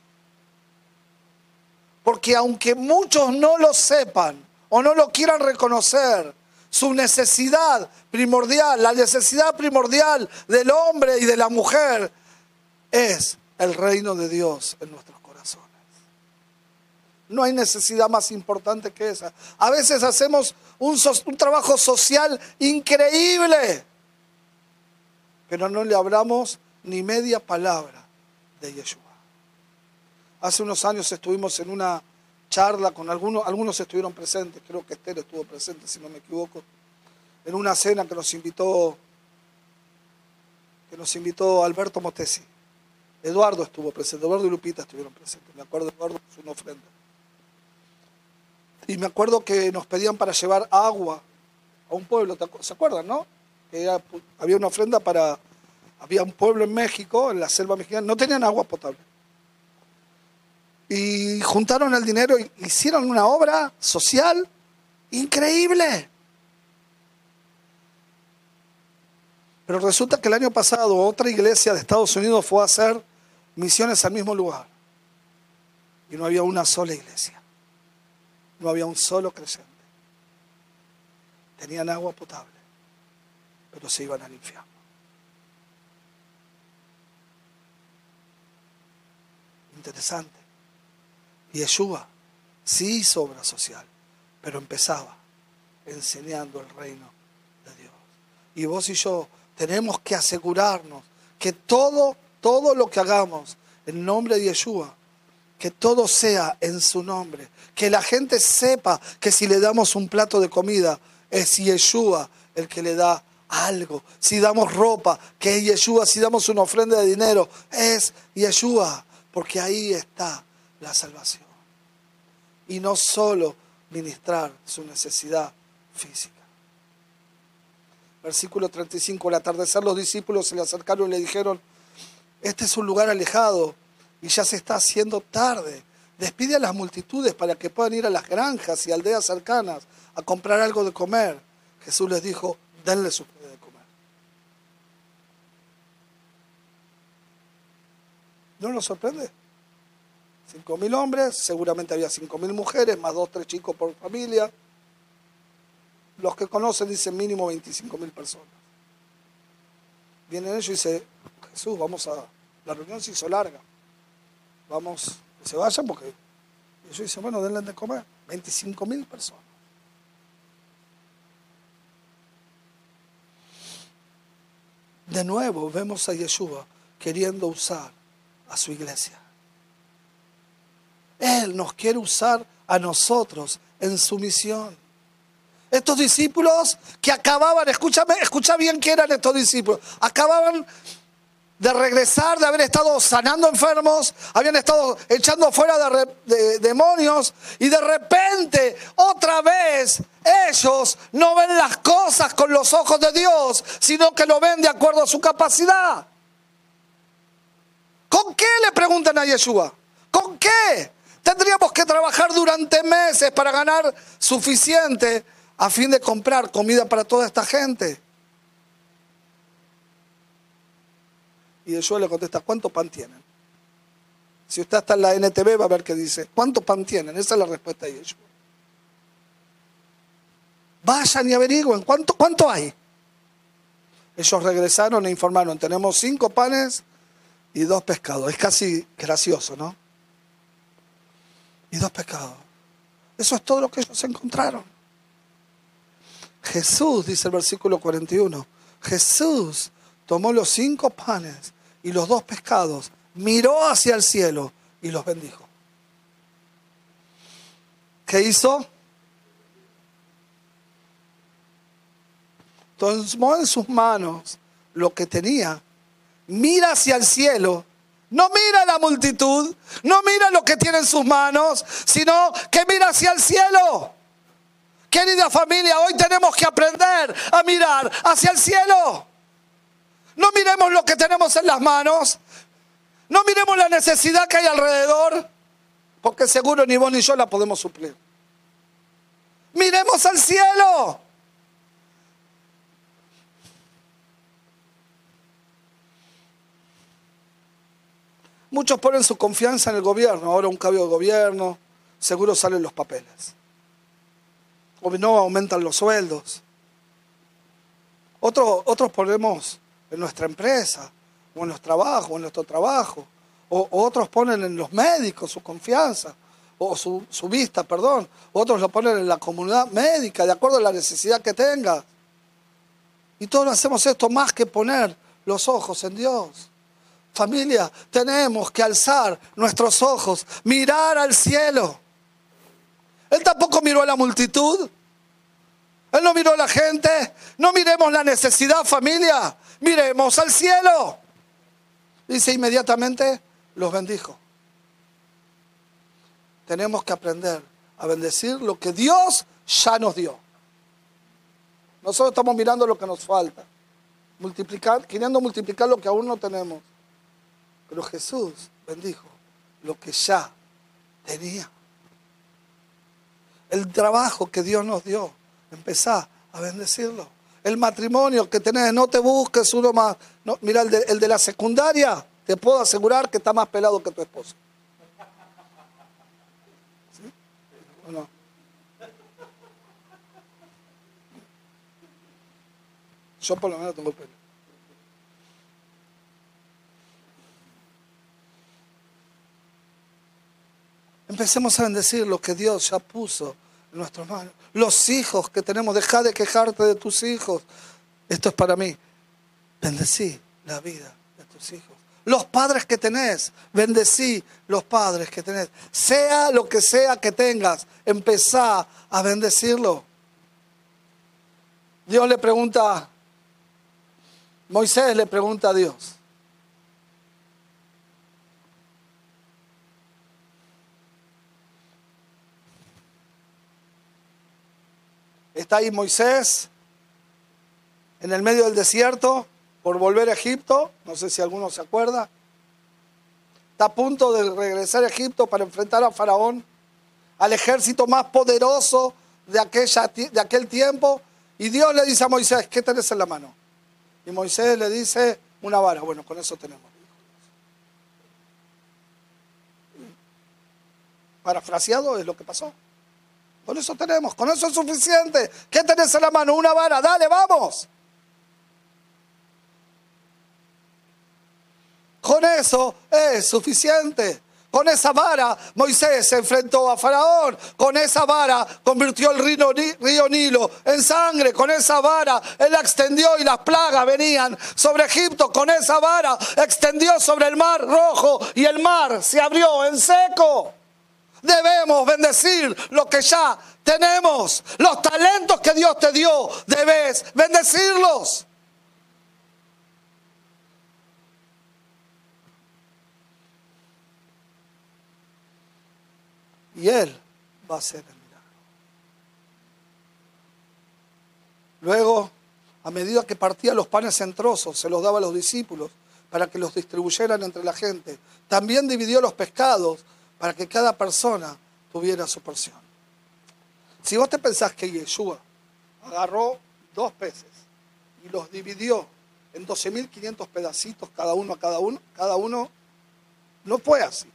Porque aunque muchos no lo sepan o no lo quieran reconocer, su necesidad primordial, la necesidad primordial del hombre y de la mujer es el reino de Dios en nuestros corazones. No hay necesidad más importante que esa. A veces hacemos un, so, un trabajo social increíble, pero no le hablamos ni media palabra de Yeshua. Hace unos años estuvimos en una charla con algunos, algunos estuvieron presentes, creo que Esther estuvo presente, si no me equivoco, en una cena que nos invitó, que nos invitó Alberto Motesi. Eduardo estuvo presente, Eduardo y Lupita estuvieron presentes, me acuerdo de Eduardo con una ofrenda. Y me acuerdo que nos pedían para llevar agua a un pueblo, ¿se acuerdan, no? Que era, había una ofrenda para, había un pueblo en México, en la selva mexicana, no tenían agua potable. Y juntaron el dinero y hicieron una obra social increíble. Pero resulta que el año pasado otra iglesia de Estados Unidos fue a hacer misiones al mismo lugar. Y no había una sola iglesia. No había un solo creyente. Tenían agua potable, pero se iban al infierno. Interesante. Y Yeshua sí hizo obra social, pero empezaba enseñando el reino de Dios. Y vos y yo tenemos que asegurarnos que todo, todo lo que hagamos en nombre de Yeshua, que todo sea en su nombre. Que la gente sepa que si le damos un plato de comida, es Yeshua el que le da algo. Si damos ropa, que es Yeshua. Si damos una ofrenda de dinero, es Yeshua. Porque ahí está la salvación. Y no solo ministrar su necesidad física. Versículo treinta y cinco. Al atardecer los discípulos se le acercaron y le dijeron: este es un lugar alejado y ya se está haciendo tarde. Despide a las multitudes para que puedan ir a las granjas y aldeas cercanas a comprar algo de comer. Jesús les dijo: denles ustedes de comer. ¿No nos sorprende? Cinco mil hombres, seguramente había cinco mil mujeres, más dos, tres chicos por familia. Los que conocen dicen mínimo veinticinco mil personas. Vienen ellos y dicen: Jesús, vamos a... La reunión se hizo larga. Vamos, que se vayan porque... Y ellos dicen: bueno, denle de comer. veinticinco mil personas. De nuevo vemos a Yeshua queriendo usar a su iglesia. Él nos quiere usar a nosotros en su misión. Estos discípulos que acababan, escúchame, escucha bien qué eran estos discípulos, acababan de regresar, de haber estado sanando enfermos, habían estado echando fuera de, re, de demonios, y de repente, otra vez, ellos no ven las cosas con los ojos de Dios, sino que lo ven de acuerdo a su capacidad. ¿Con qué le preguntan a Yeshua? ¿Con qué? Tendríamos que trabajar durante meses para ganar suficiente a fin de comprar comida para toda esta gente. Y Yeshua le contesta: ¿cuánto pan tienen? Si usted está en la N T V va a ver que dice: ¿cuánto pan tienen? Esa es la respuesta de Yeshua. Vayan y averigüen, ¿cuánto, cuánto hay? Ellos regresaron e informaron: tenemos cinco panes y dos pescados. Es casi gracioso, ¿no? Y dos pescados. Eso es todo lo que ellos encontraron. Jesús, dice el versículo cuarenta y uno, Jesús tomó los cinco panes y los dos pescados, miró hacia el cielo y los bendijo. ¿Qué hizo? Tomó en sus manos lo que tenía, mira hacia el cielo. No mira a la multitud, no mira lo que tiene en sus manos, sino que mira hacia el cielo. Querida familia, hoy tenemos que aprender a mirar hacia el cielo. No miremos lo que tenemos en las manos, no miremos la necesidad que hay alrededor, porque seguro ni vos ni yo la podemos suplir. Miremos al cielo. Muchos ponen su confianza en el gobierno. Ahora un cambio de gobierno, seguro salen los papeles. O no, aumentan los sueldos. Otros, otros ponemos en nuestra empresa, o en nuestro trabajo, o en nuestro trabajo. O, o otros ponen en los médicos su confianza, o su, su vista, perdón. Otros lo ponen en la comunidad médica, de acuerdo a la necesidad que tenga. Y todos hacemos esto más que poner los ojos en Dios. Familia, tenemos que alzar nuestros ojos, mirar al cielo. Él tampoco miró a la multitud. Él no miró a la gente. No miremos la necesidad, familia. Miremos al cielo. Dice, inmediatamente los bendijo. Tenemos que aprender a bendecir lo que Dios ya nos dio. Nosotros estamos mirando lo que nos falta, multiplicar, queriendo multiplicar lo que aún no tenemos. Pero Jesús bendijo lo que ya tenía. El trabajo que Dios nos dio, empezá a bendecirlo. El matrimonio que tenés, no te busques uno más. No, mira, el de, el de la secundaria, te puedo asegurar que está más pelado que tu esposo. ¿Sí? ¿O no? Yo por lo menos tengo pelo. Empecemos a bendecir lo que Dios ya puso en nuestras manos. Los hijos que tenemos, deja de quejarte de tus hijos. Esto es para mí. Bendecí la vida de tus hijos. Los padres que tenés, bendecí los padres que tenés. Sea lo que sea que tengas, empezá a bendecirlo. Dios le pregunta, Moisés le pregunta a Dios. Está ahí Moisés en el medio del desierto por volver a Egipto. No sé si alguno se acuerda. Está a punto de regresar a Egipto para enfrentar a Faraón, al ejército más poderoso de, aquella, de aquel tiempo. Y Dios le dice a Moisés, ¿qué tenés en la mano? Y Moisés le dice, una vara. Bueno, con eso tenemos. Parafraseado es lo que pasó. Con eso tenemos, con eso es suficiente. ¿Qué tenés en la mano? Una vara, dale, vamos. Con eso es suficiente. Con esa vara Moisés se enfrentó a Faraón. Con esa vara convirtió el río, río Nilo en sangre. Con esa vara él la extendió y las plagas venían sobre Egipto. Con esa vara extendió sobre el mar Rojo y el mar se abrió en seco. Debemos bendecir lo que ya tenemos. Los talentos que Dios te dio, debes bendecirlos. Y Él va a hacer el milagro. Luego, a medida que partía los panes en trozos, se los daba a los discípulos para que los distribuyeran entre la gente. También dividió los pescados para que cada persona tuviera su porción. Si vos te pensás que Yeshua agarró dos peces y los dividió en doce mil quinientos pedacitos cada uno a cada uno, cada uno, no fue así.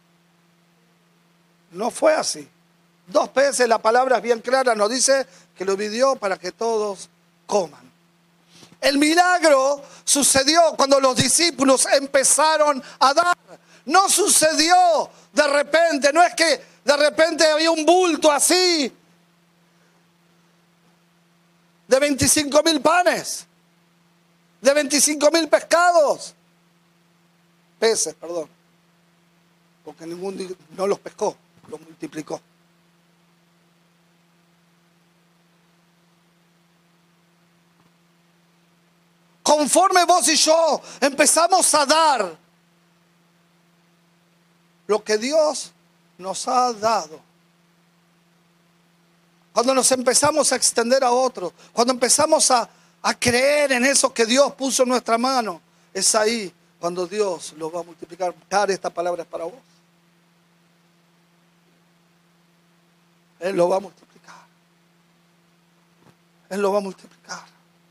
No fue así. Dos peces, la palabra es bien clara, nos dice que lo dividió para que todos coman. El milagro sucedió cuando los discípulos empezaron a dar. No sucedió de repente, no es que de repente había un bulto así de veinticinco mil panes, de veinticinco mil pescados, peces, perdón, porque ningún no los pescó, los multiplicó. Conforme vos y yo empezamos a dar lo que Dios nos ha dado, cuando nos empezamos a extender a otros, cuando empezamos a, a creer en eso que Dios puso en nuestra mano, es ahí cuando Dios lo va a multiplicar. Dar esta palabra es para vos. Él lo va a multiplicar. Él lo va a multiplicar.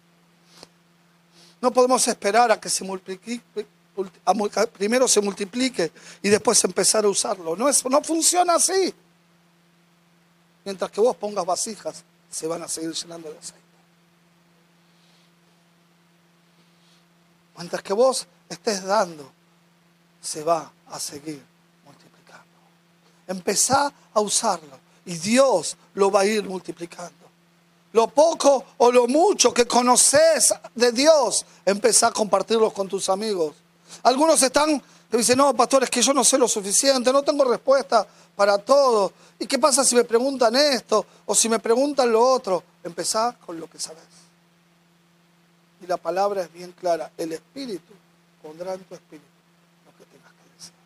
No podemos esperar a que se multiplique, a, primero se multiplique y después empezar a usarlo. No, es, no funciona así. Mientras que vos pongas vasijas, se van a seguir llenando de aceite. Mientras que vos estés dando, se va a seguir multiplicando. Empezá a usarlo y Dios lo va a ir multiplicando. Lo poco o lo mucho que conoces de Dios, empezá a compartirlos con tus amigos. Algunos están Que dice, no, pastor, es que yo no sé lo suficiente, no tengo respuesta para todo. ¿Y qué pasa si me preguntan esto o si me preguntan lo otro? Empezá con lo que sabes. Y la palabra es bien clara. El Espíritu pondrá en tu espíritu lo que tengas que decir.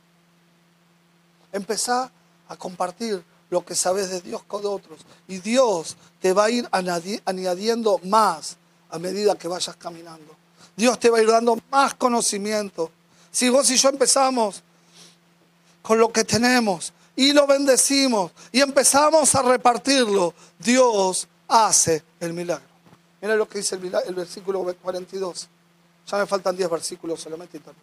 Empezá a compartir lo que sabes de Dios con otros. Y Dios te va a ir añadiendo más a medida que vayas caminando. Dios te va a ir dando más conocimiento. Si vos y yo empezamos con lo que tenemos y lo bendecimos y empezamos a repartirlo, Dios hace el milagro. Mira lo que dice el, milagro, el versículo cuarenta y dos. Ya me faltan diez versículos solamente y termino.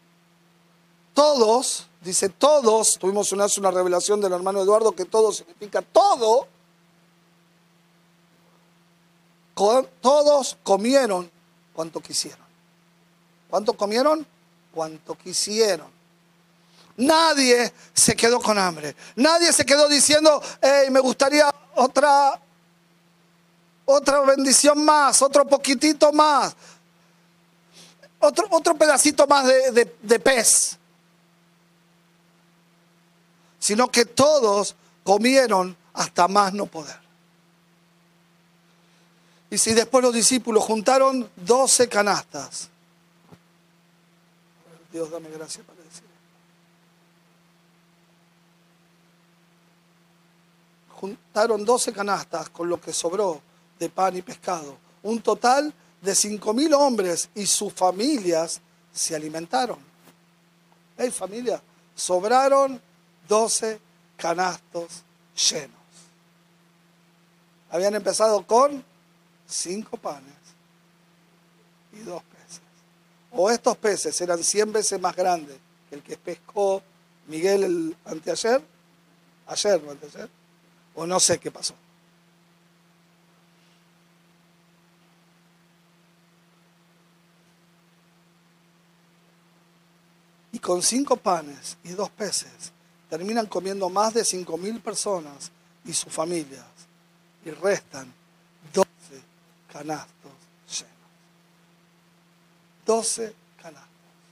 Todos, dice todos, tuvimos una, una revelación del hermano Eduardo que todo significa todo. Con, todos comieron cuanto quisieron. ¿Cuánto comieron? Cuanto quisieron. Nadie se quedó con hambre. Nadie se quedó diciendo, hey, me gustaría otra, otra bendición más, otro poquitito más, otro, otro pedacito más de, de, de pez. Sino que todos comieron hasta más no poder. Y si después los discípulos juntaron doce canastas. Dios, dame gracia para decir. Juntaron doce canastas con lo que sobró de pan y pescado. Un total de cinco mil hombres y sus familias se alimentaron. Hey, familia, sobraron doce canastos llenos. Habían empezado con cinco panes y dos peces. O estos peces eran cien veces más grandes que el que pescó Miguel el anteayer, ayer, no anteayer, o no sé qué pasó. Y con cinco panes y dos peces terminan comiendo más de cinco mil personas y sus familias, y restan doce canastos llenos. doce canastos.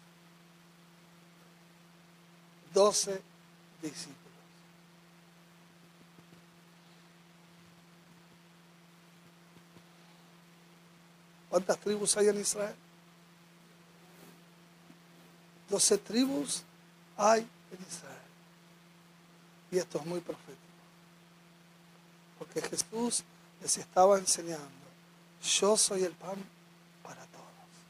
doce discípulos. ¿Cuántas tribus hay en Israel? doce tribus hay en Israel. Y esto es muy profético. Porque Jesús les estaba enseñando, yo soy el pan para todos.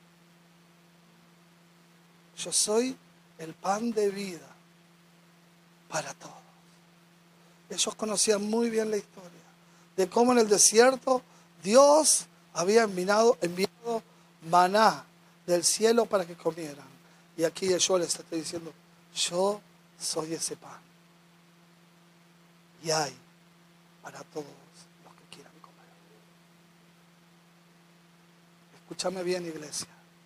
Yo soy el pan de vida para todos. Ellos conocían muy bien la historia de cómo en el desierto Dios había enviado, enviado maná del cielo para que comieran. Y aquí yo les estoy diciendo, yo soy ese pan. Y hay para todos los que quieran comer. Escúchame bien, iglesia.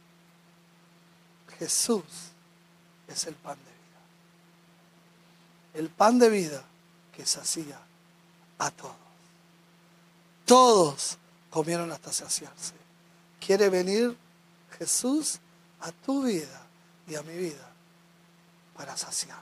Jesús es el pan de vida. El pan de vida que sacía a todos. Todos comieron hasta saciarse. ¿Quiere venir Jesús a tu vida y a mi vida para saciarnos?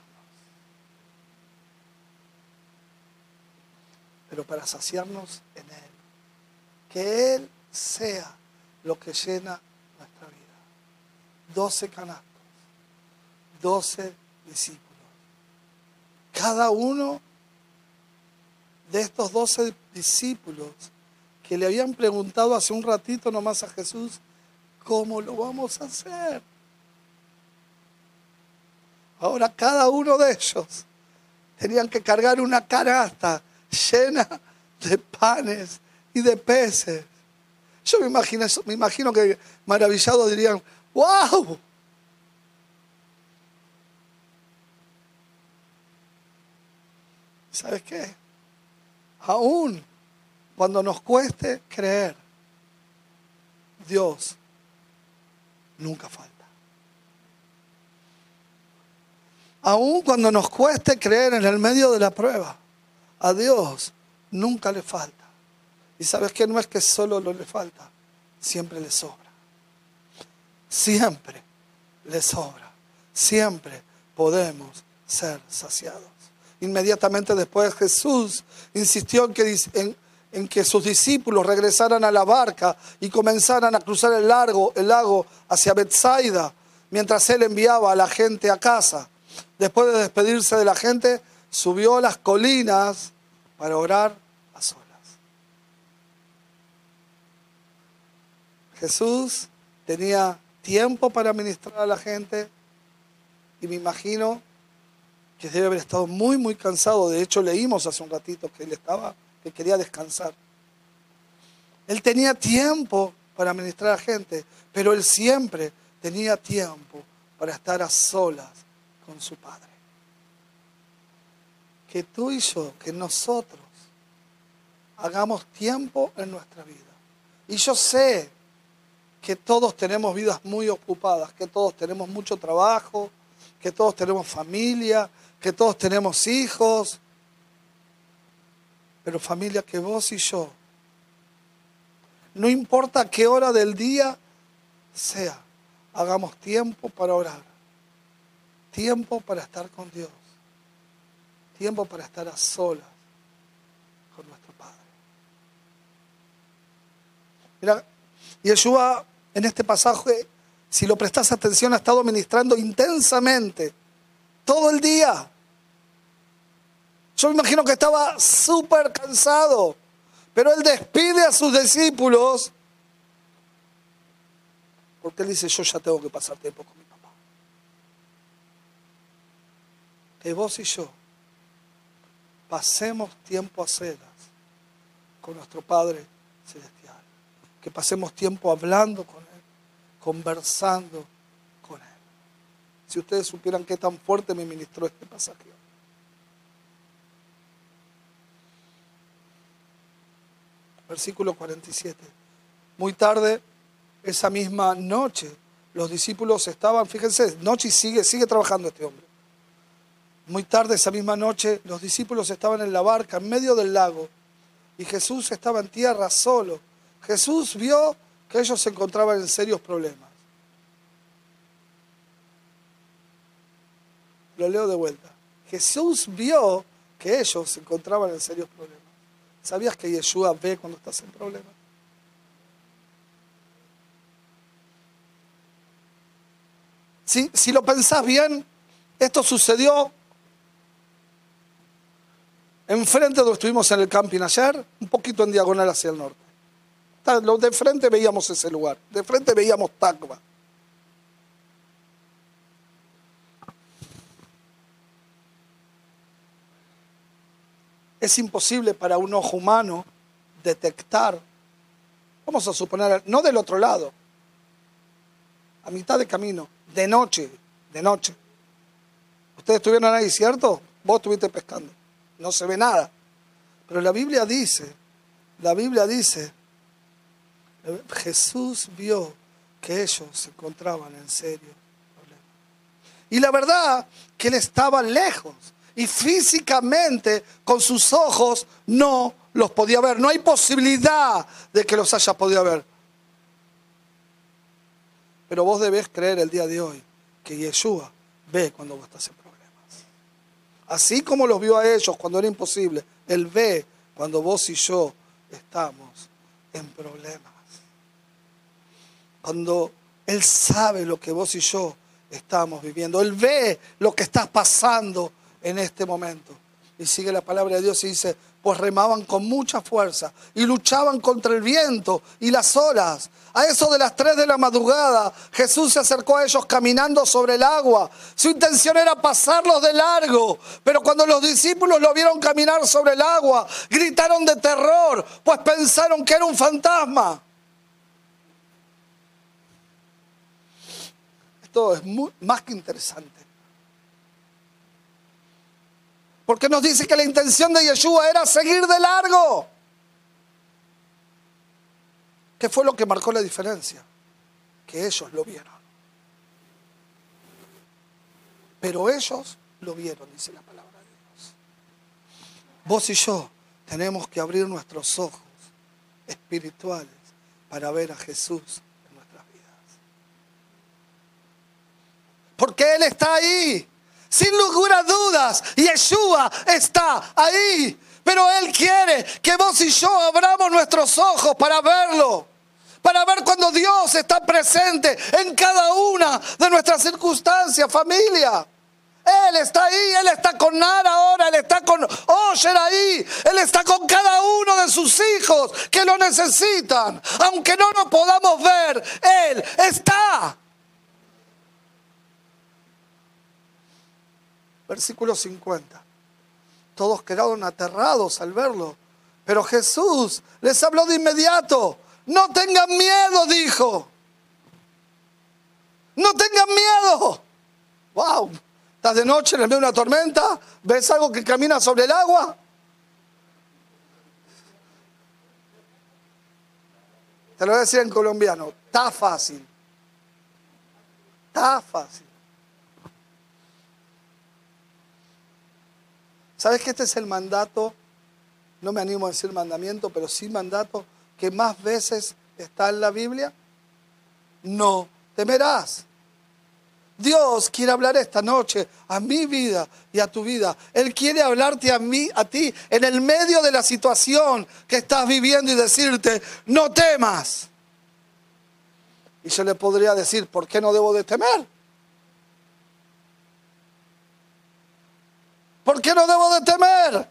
Pero para saciarnos en Él. Que Él sea lo que llena nuestra vida. Doce canastos, doce discípulos. Cada uno de estos doce discípulos que le habían preguntado hace un ratito nomás a Jesús, ¿cómo lo vamos a hacer? Ahora cada uno de ellos tenían que cargar una canasta llena de panes y de peces. Yo me imagino, me imagino que maravillados dirían, ¡wow! ¿Sabes qué? Aún cuando nos cueste creer, Dios nunca falta. Aún cuando nos cueste creer en el medio de la prueba, a Dios nunca le falta. Y sabes que no es que solo no le falta, siempre le sobra. Siempre le sobra. siempre podemos ser saciados. Inmediatamente después Jesús insistió en que, en, en que sus discípulos regresaran a la barca y comenzaran a cruzar el lago, el lago hacia Betsaida, mientras él enviaba a la gente a casa. Después de despedirse de la gente, subió a las colinas para orar a solas. Jesús tenía tiempo para ministrar a la gente y me imagino que debe haber estado muy, muy cansado. De hecho, leímos hace un ratito que él estaba, que quería descansar. Él tenía tiempo para ministrar a la gente, pero él siempre tenía tiempo para estar a solas con su Padre. Que tú y yo, que nosotros hagamos tiempo en nuestra vida. Y yo sé que todos tenemos vidas muy ocupadas, que todos tenemos mucho trabajo, que todos tenemos familia, que todos tenemos hijos. Pero familia, que vos y yo, no importa qué hora del día sea, hagamos tiempo para orar, tiempo para estar con Dios, tiempo para estar a solas con nuestro Padre. Mira, Yeshua en este pasaje, si lo prestás atención, ha estado ministrando intensamente todo el día. Yo me imagino que estaba súper cansado, pero él despide a sus discípulos porque él dice, yo ya tengo que pasar tiempo con mi papá. Que vos y yo pasemos tiempo a solas con nuestro Padre Celestial. Que pasemos tiempo hablando con Él, conversando con Él. Si ustedes supieran qué tan fuerte me ministró este pasaje. Versículo cuarenta y siete. Muy tarde, esa misma noche, los discípulos estaban, fíjense, noche y sigue, sigue trabajando este hombre. Muy tarde, esa misma noche, los discípulos estaban en la barca, en medio del lago, y Jesús estaba en tierra solo. Jesús vio que ellos se encontraban en serios problemas. Lo leo de vuelta. Jesús vio que ellos se encontraban en serios problemas. ¿Sabías que Yeshua ve cuando estás en problemas? Si, si lo pensás bien, esto sucedió enfrente de donde estuvimos en el camping ayer, un poquito en diagonal hacia el norte. De frente veíamos ese lugar, de frente veíamos Tacba. Es imposible para un ojo humano detectar, vamos a suponer, no del otro lado, a mitad de camino, de noche, de noche. Ustedes estuvieron ahí, ¿cierto? Vos estuviste pescando, no se ve nada. Pero la Biblia dice, la Biblia dice, Jesús vio que ellos se encontraban en serio problemas. Y la verdad que él estaba lejos. Y físicamente, con sus ojos, no los podía ver. No hay posibilidad de que los haya podido ver. Pero vos debés creer el día de hoy que Yeshua ve cuando vos estás en problemas. Así como los vio a ellos cuando era imposible, Él ve cuando vos y yo estamos en problemas. Cuando Él sabe lo que vos y yo estamos viviendo. Él ve lo que estás pasando en este momento. Y sigue la palabra de Dios y dice, pues remaban con mucha fuerza y luchaban contra el viento y las olas. A eso de las tres de la madrugada, Jesús se acercó a ellos caminando sobre el agua. Su intención era pasarlos de largo, pero cuando los discípulos lo vieron caminar sobre el agua, gritaron de terror, pues pensaron que era un fantasma. Esto es muy, más que interesante. Porque nos dice que la intención de Yeshua era seguir de largo. ¿Qué fue lo que marcó la diferencia? Que ellos lo vieron. Pero ellos lo vieron, dice la palabra de Dios. Vos y yo tenemos que abrir nuestros ojos espirituales para ver a Jesús en nuestras vidas. Porque Él está ahí. Sin lugar a dudas, Yeshua está ahí. Pero Él quiere que vos y yo abramos nuestros ojos para verlo. Para ver cuando Dios está presente en cada una de nuestras circunstancias, familia. Él está ahí, Él está con Nara ahora, Él está con Osher ahí, Él está con cada uno de sus hijos que lo necesitan. Aunque no lo podamos ver, Él está. Versículo cincuenta. Todos quedaron aterrados al verlo, pero Jesús les habló de inmediato. No tengan miedo, dijo. No tengan miedo. Wow. Estás de noche en el medio de una tormenta, ves algo que camina sobre el agua. Te lo voy a decir en colombiano. Está fácil. Está fácil. ¿Sabes que este es el mandato? No me animo a decir mandamiento, pero sí mandato que más veces está en la Biblia. No temerás. Dios quiere hablar esta noche a mi vida y a tu vida. Él quiere hablarte a mí, a ti, en el medio de la situación que estás viviendo y decirte, no temas. Y yo le podría decir, ¿por qué no debo de temer? ¿Por qué no debo de temer?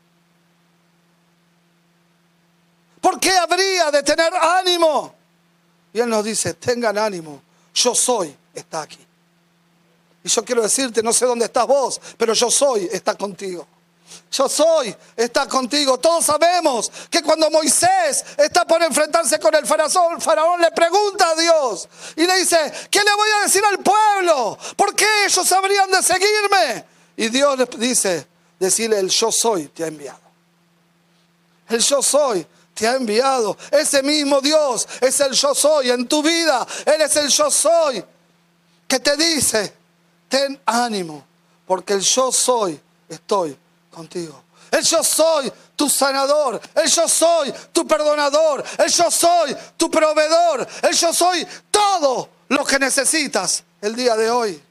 ¿Por qué habría de tener ánimo? Y Él nos dice, tengan ánimo, yo soy, está aquí. Y yo quiero decirte, no sé dónde estás vos, pero yo soy, está contigo. Yo soy, está contigo. Todos sabemos que cuando Moisés está por enfrentarse con el faraón, el faraón le pregunta a Dios y le dice, ¿qué le voy a decir al pueblo? ¿Por qué ellos habrían de seguirme? Y Dios le dice, decirle, el yo soy te ha enviado. El yo soy te ha enviado. Ese mismo Dios es el yo soy en tu vida. Él es el yo soy que te dice, ten ánimo, porque el yo soy, estoy contigo. El yo soy tu sanador. El yo soy tu perdonador. El yo soy tu proveedor. El yo soy todo lo que necesitas el día de hoy.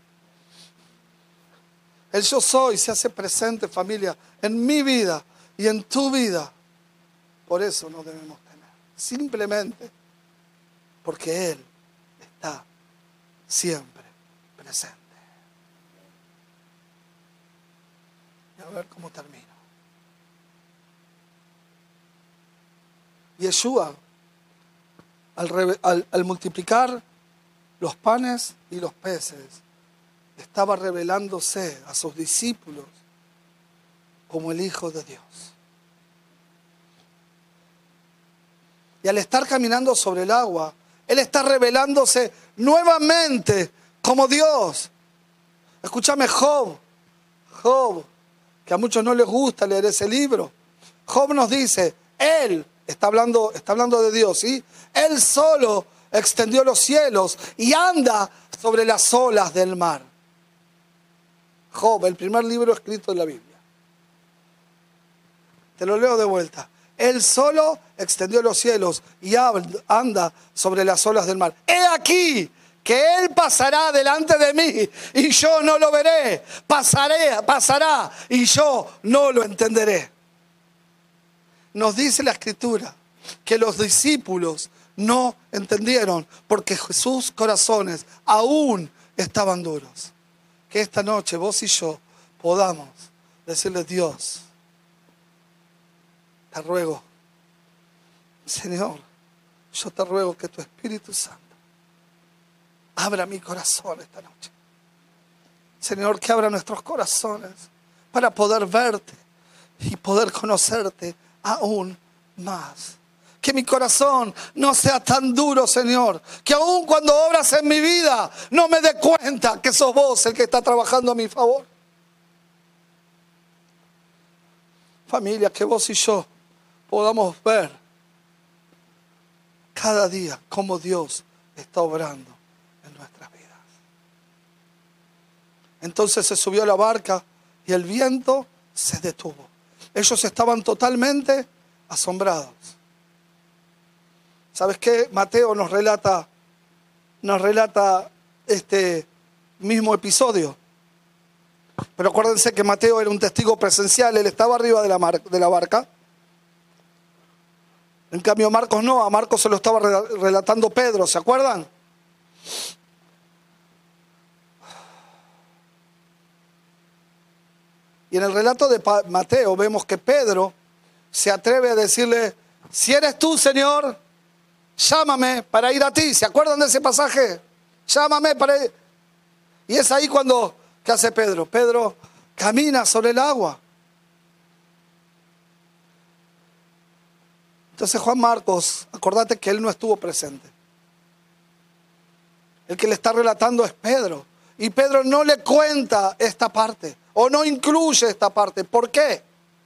El yo soy se hace presente, familia, en mi vida y en tu vida. Por eso no debemos temer. Simplemente porque Él está siempre presente. Y a ver cómo termino. Yeshua, al, al, al multiplicar los panes y los peces, estaba revelándose a sus discípulos como el Hijo de Dios. Y al estar caminando sobre el agua, Él está revelándose nuevamente como Dios. Escúchame, Job, Job, que a muchos no les gusta leer ese libro. Job nos dice, Él, está hablando, está hablando de Dios, ¿sí? Él solo extendió los cielos y anda sobre las olas del mar. Job, el primer libro escrito en la Biblia. Te lo leo de vuelta. Él solo extendió los cielos y anda sobre las olas del mar. He aquí que Él pasará delante de mí y yo no lo veré. Pasaré, pasará y yo no lo entenderé. Nos dice la Escritura que los discípulos no entendieron porque sus corazones aún estaban duros. Que esta noche vos y yo podamos decirle, Dios, te ruego, Señor, yo te ruego que tu Espíritu Santo abra mi corazón esta noche. Señor, que abra nuestros corazones para poder verte y poder conocerte aún más. Que mi corazón no sea tan duro, Señor, que aun cuando obras en mi vida no me dé cuenta que sos vos el que está trabajando a mi favor. Familia, que vos y yo podamos ver cada día cómo Dios está obrando en nuestras vidas. Entonces se subió a la barca y el viento se detuvo. Ellos estaban totalmente asombrados. ¿Sabes qué? Mateo nos relata, nos relata este, mismo episodio. Pero acuérdense que Mateo era un testigo presencial, él estaba arriba de la, mar, de la barca. En cambio Marcos no, a Marcos se lo estaba relatando Pedro, ¿se acuerdan? Y en el relato de Mateo vemos que Pedro se atreve a decirle, si eres tú, Señor, llámame para ir a ti. ¿Se acuerdan de ese pasaje? Llámame para ir. Y es ahí cuando, ¿qué hace Pedro? Pedro camina sobre el agua. Entonces Juan Marcos, acordate que él no estuvo presente. El que le está relatando es Pedro. Y Pedro no le cuenta esta parte, o no incluye esta parte. ¿Por qué?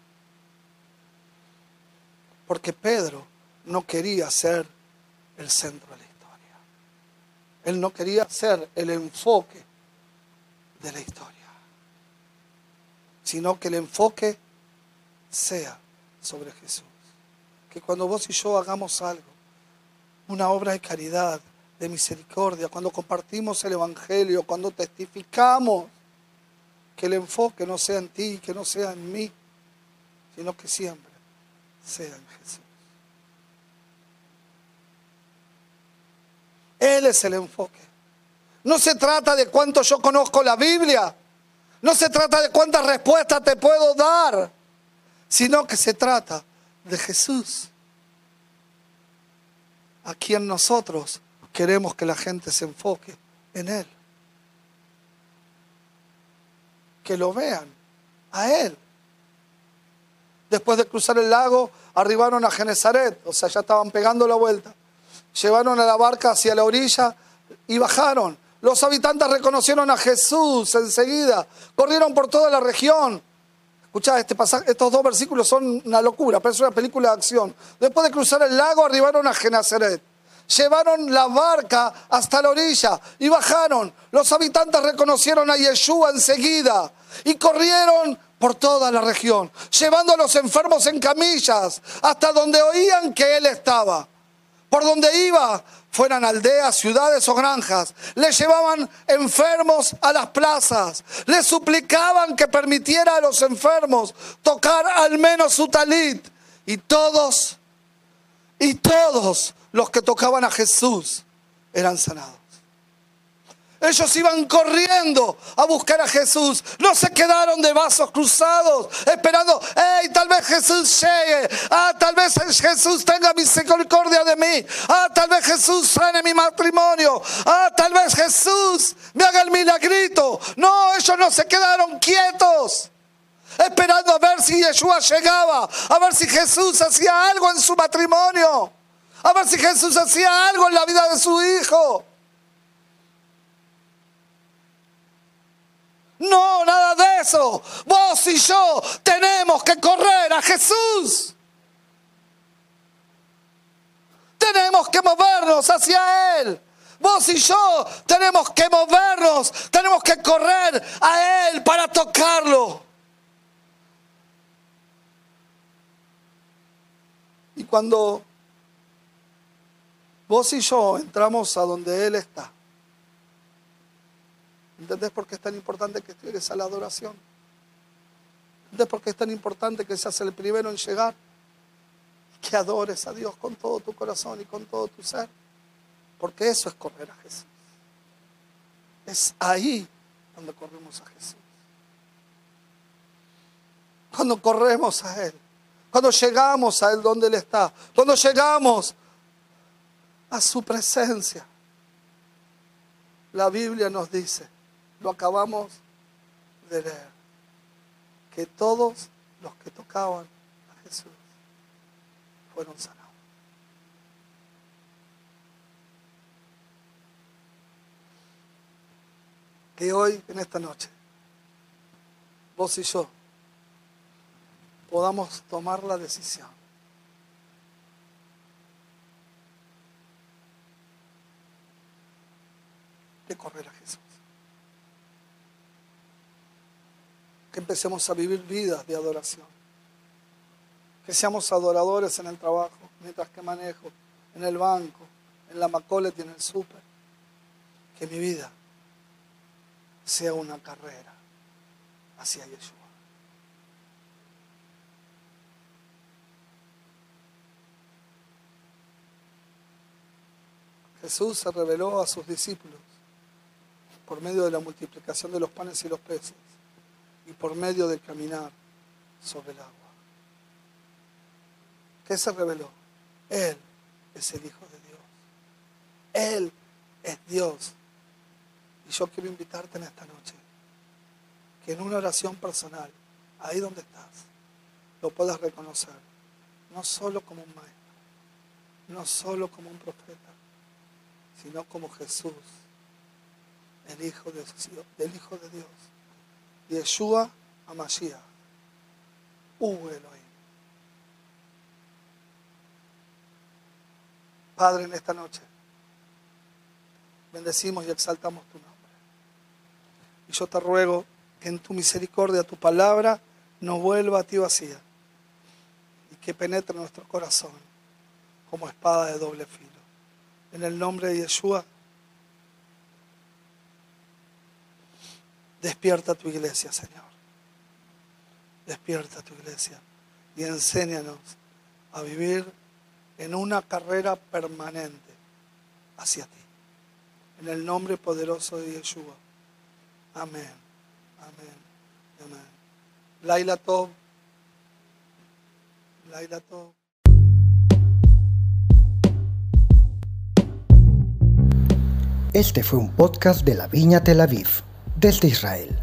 Porque Pedro no quería ser el centro de la historia. Él no quería ser el enfoque de la historia, sino que el enfoque sea sobre Jesús. Que cuando vos y yo hagamos algo, una obra de caridad, de misericordia, cuando compartimos el Evangelio, cuando testificamos, que el enfoque no sea en ti, que no sea en mí, sino que siempre sea en Jesús. Él es el enfoque. No se trata de cuánto yo conozco la Biblia, no se trata de cuántas respuestas te puedo dar, sino que se trata de Jesús, a quien nosotros queremos que la gente se enfoque en Él. Que lo vean a Él. Después de cruzar el lago, arribaron a Genesaret, o sea, ya estaban pegando la vuelta. Llevaron a la barca hacia la orilla y bajaron. Los habitantes reconocieron a Jesús enseguida, corrieron por toda la región. Escuchá, este pasaje, estos dos versículos son una locura, pero es una película de acción. Después de cruzar el lago, arribaron a Genesaret. Llevaron la barca hasta la orilla y bajaron. Los habitantes reconocieron a Yeshua enseguida y corrieron por toda la región, llevando a los enfermos en camillas hasta donde oían que Él estaba. Por donde iba, fueran aldeas, ciudades o granjas, le llevaban enfermos a las plazas, le suplicaban que permitiera a los enfermos tocar al menos su talit. Y todos, y todos los que tocaban a Jesús eran sanados. Ellos iban corriendo a buscar a Jesús. No se quedaron de brazos cruzados esperando, hey, tal vez Jesús llegue. Ah, tal vez Jesús tenga misericordia de mí. Ah, tal vez Jesús sane mi matrimonio. Ah, tal vez Jesús me haga el milagrito. No, ellos no se quedaron quietos esperando a ver si Yeshua llegaba, a ver si Jesús hacía algo en su matrimonio, a ver si Jesús hacía algo en la vida de su hijo. No, nada de eso. Vos y yo tenemos que correr a Jesús. Tenemos que movernos hacia Él. Vos y yo tenemos que movernos, tenemos que correr a Él para tocarlo. Y cuando vos y yo entramos a donde Él está, ¿entendés por qué es tan importante que estés a la adoración? ¿Entendés por qué es tan importante que seas el primero en llegar? Que adores a Dios con todo tu corazón y con todo tu ser. Porque eso es correr a Jesús. Es ahí donde corremos a Jesús. Cuando corremos a Él. Cuando llegamos a Él donde Él está. Cuando llegamos a su presencia. La Biblia nos dice, lo acabamos de leer, que todos los que tocaban a Jesús fueron sanados. Que hoy, en esta noche, vos y yo podamos tomar la decisión de correr a Jesús. Que empecemos a vivir vidas de adoración. Que seamos adoradores en el trabajo, mientras que manejo, en el banco, en la Macolet y en el súper. Que mi vida sea una carrera hacia Yeshua. Jesús se reveló a sus discípulos por medio de la multiplicación de los panes y los peces y por medio del caminar sobre el agua. ¿Qué se reveló? Él es el Hijo de Dios. Él es Dios. Y yo quiero invitarte en esta noche que en una oración personal, ahí donde estás, lo puedas reconocer, no solo como un maestro, no solo como un profeta, sino como Jesús, el Hijo de Dios, el Hijo de Dios, Yeshua HaMashiach, Hu Elohim. Padre, en esta noche bendecimos y exaltamos tu nombre. Y yo te ruego que en tu misericordia tu palabra no vuelva a ti vacía y que penetre en nuestro corazón como espada de doble filo. En el nombre de Yeshua, despierta tu iglesia, Señor. Despierta tu iglesia y enséñanos a vivir en una carrera permanente hacia ti. En el nombre poderoso de Yeshua. Amén. Amén. Amén. Laila Tov. Laila Tov. Este fue un podcast de la Viña Tel Aviv, desde Israel.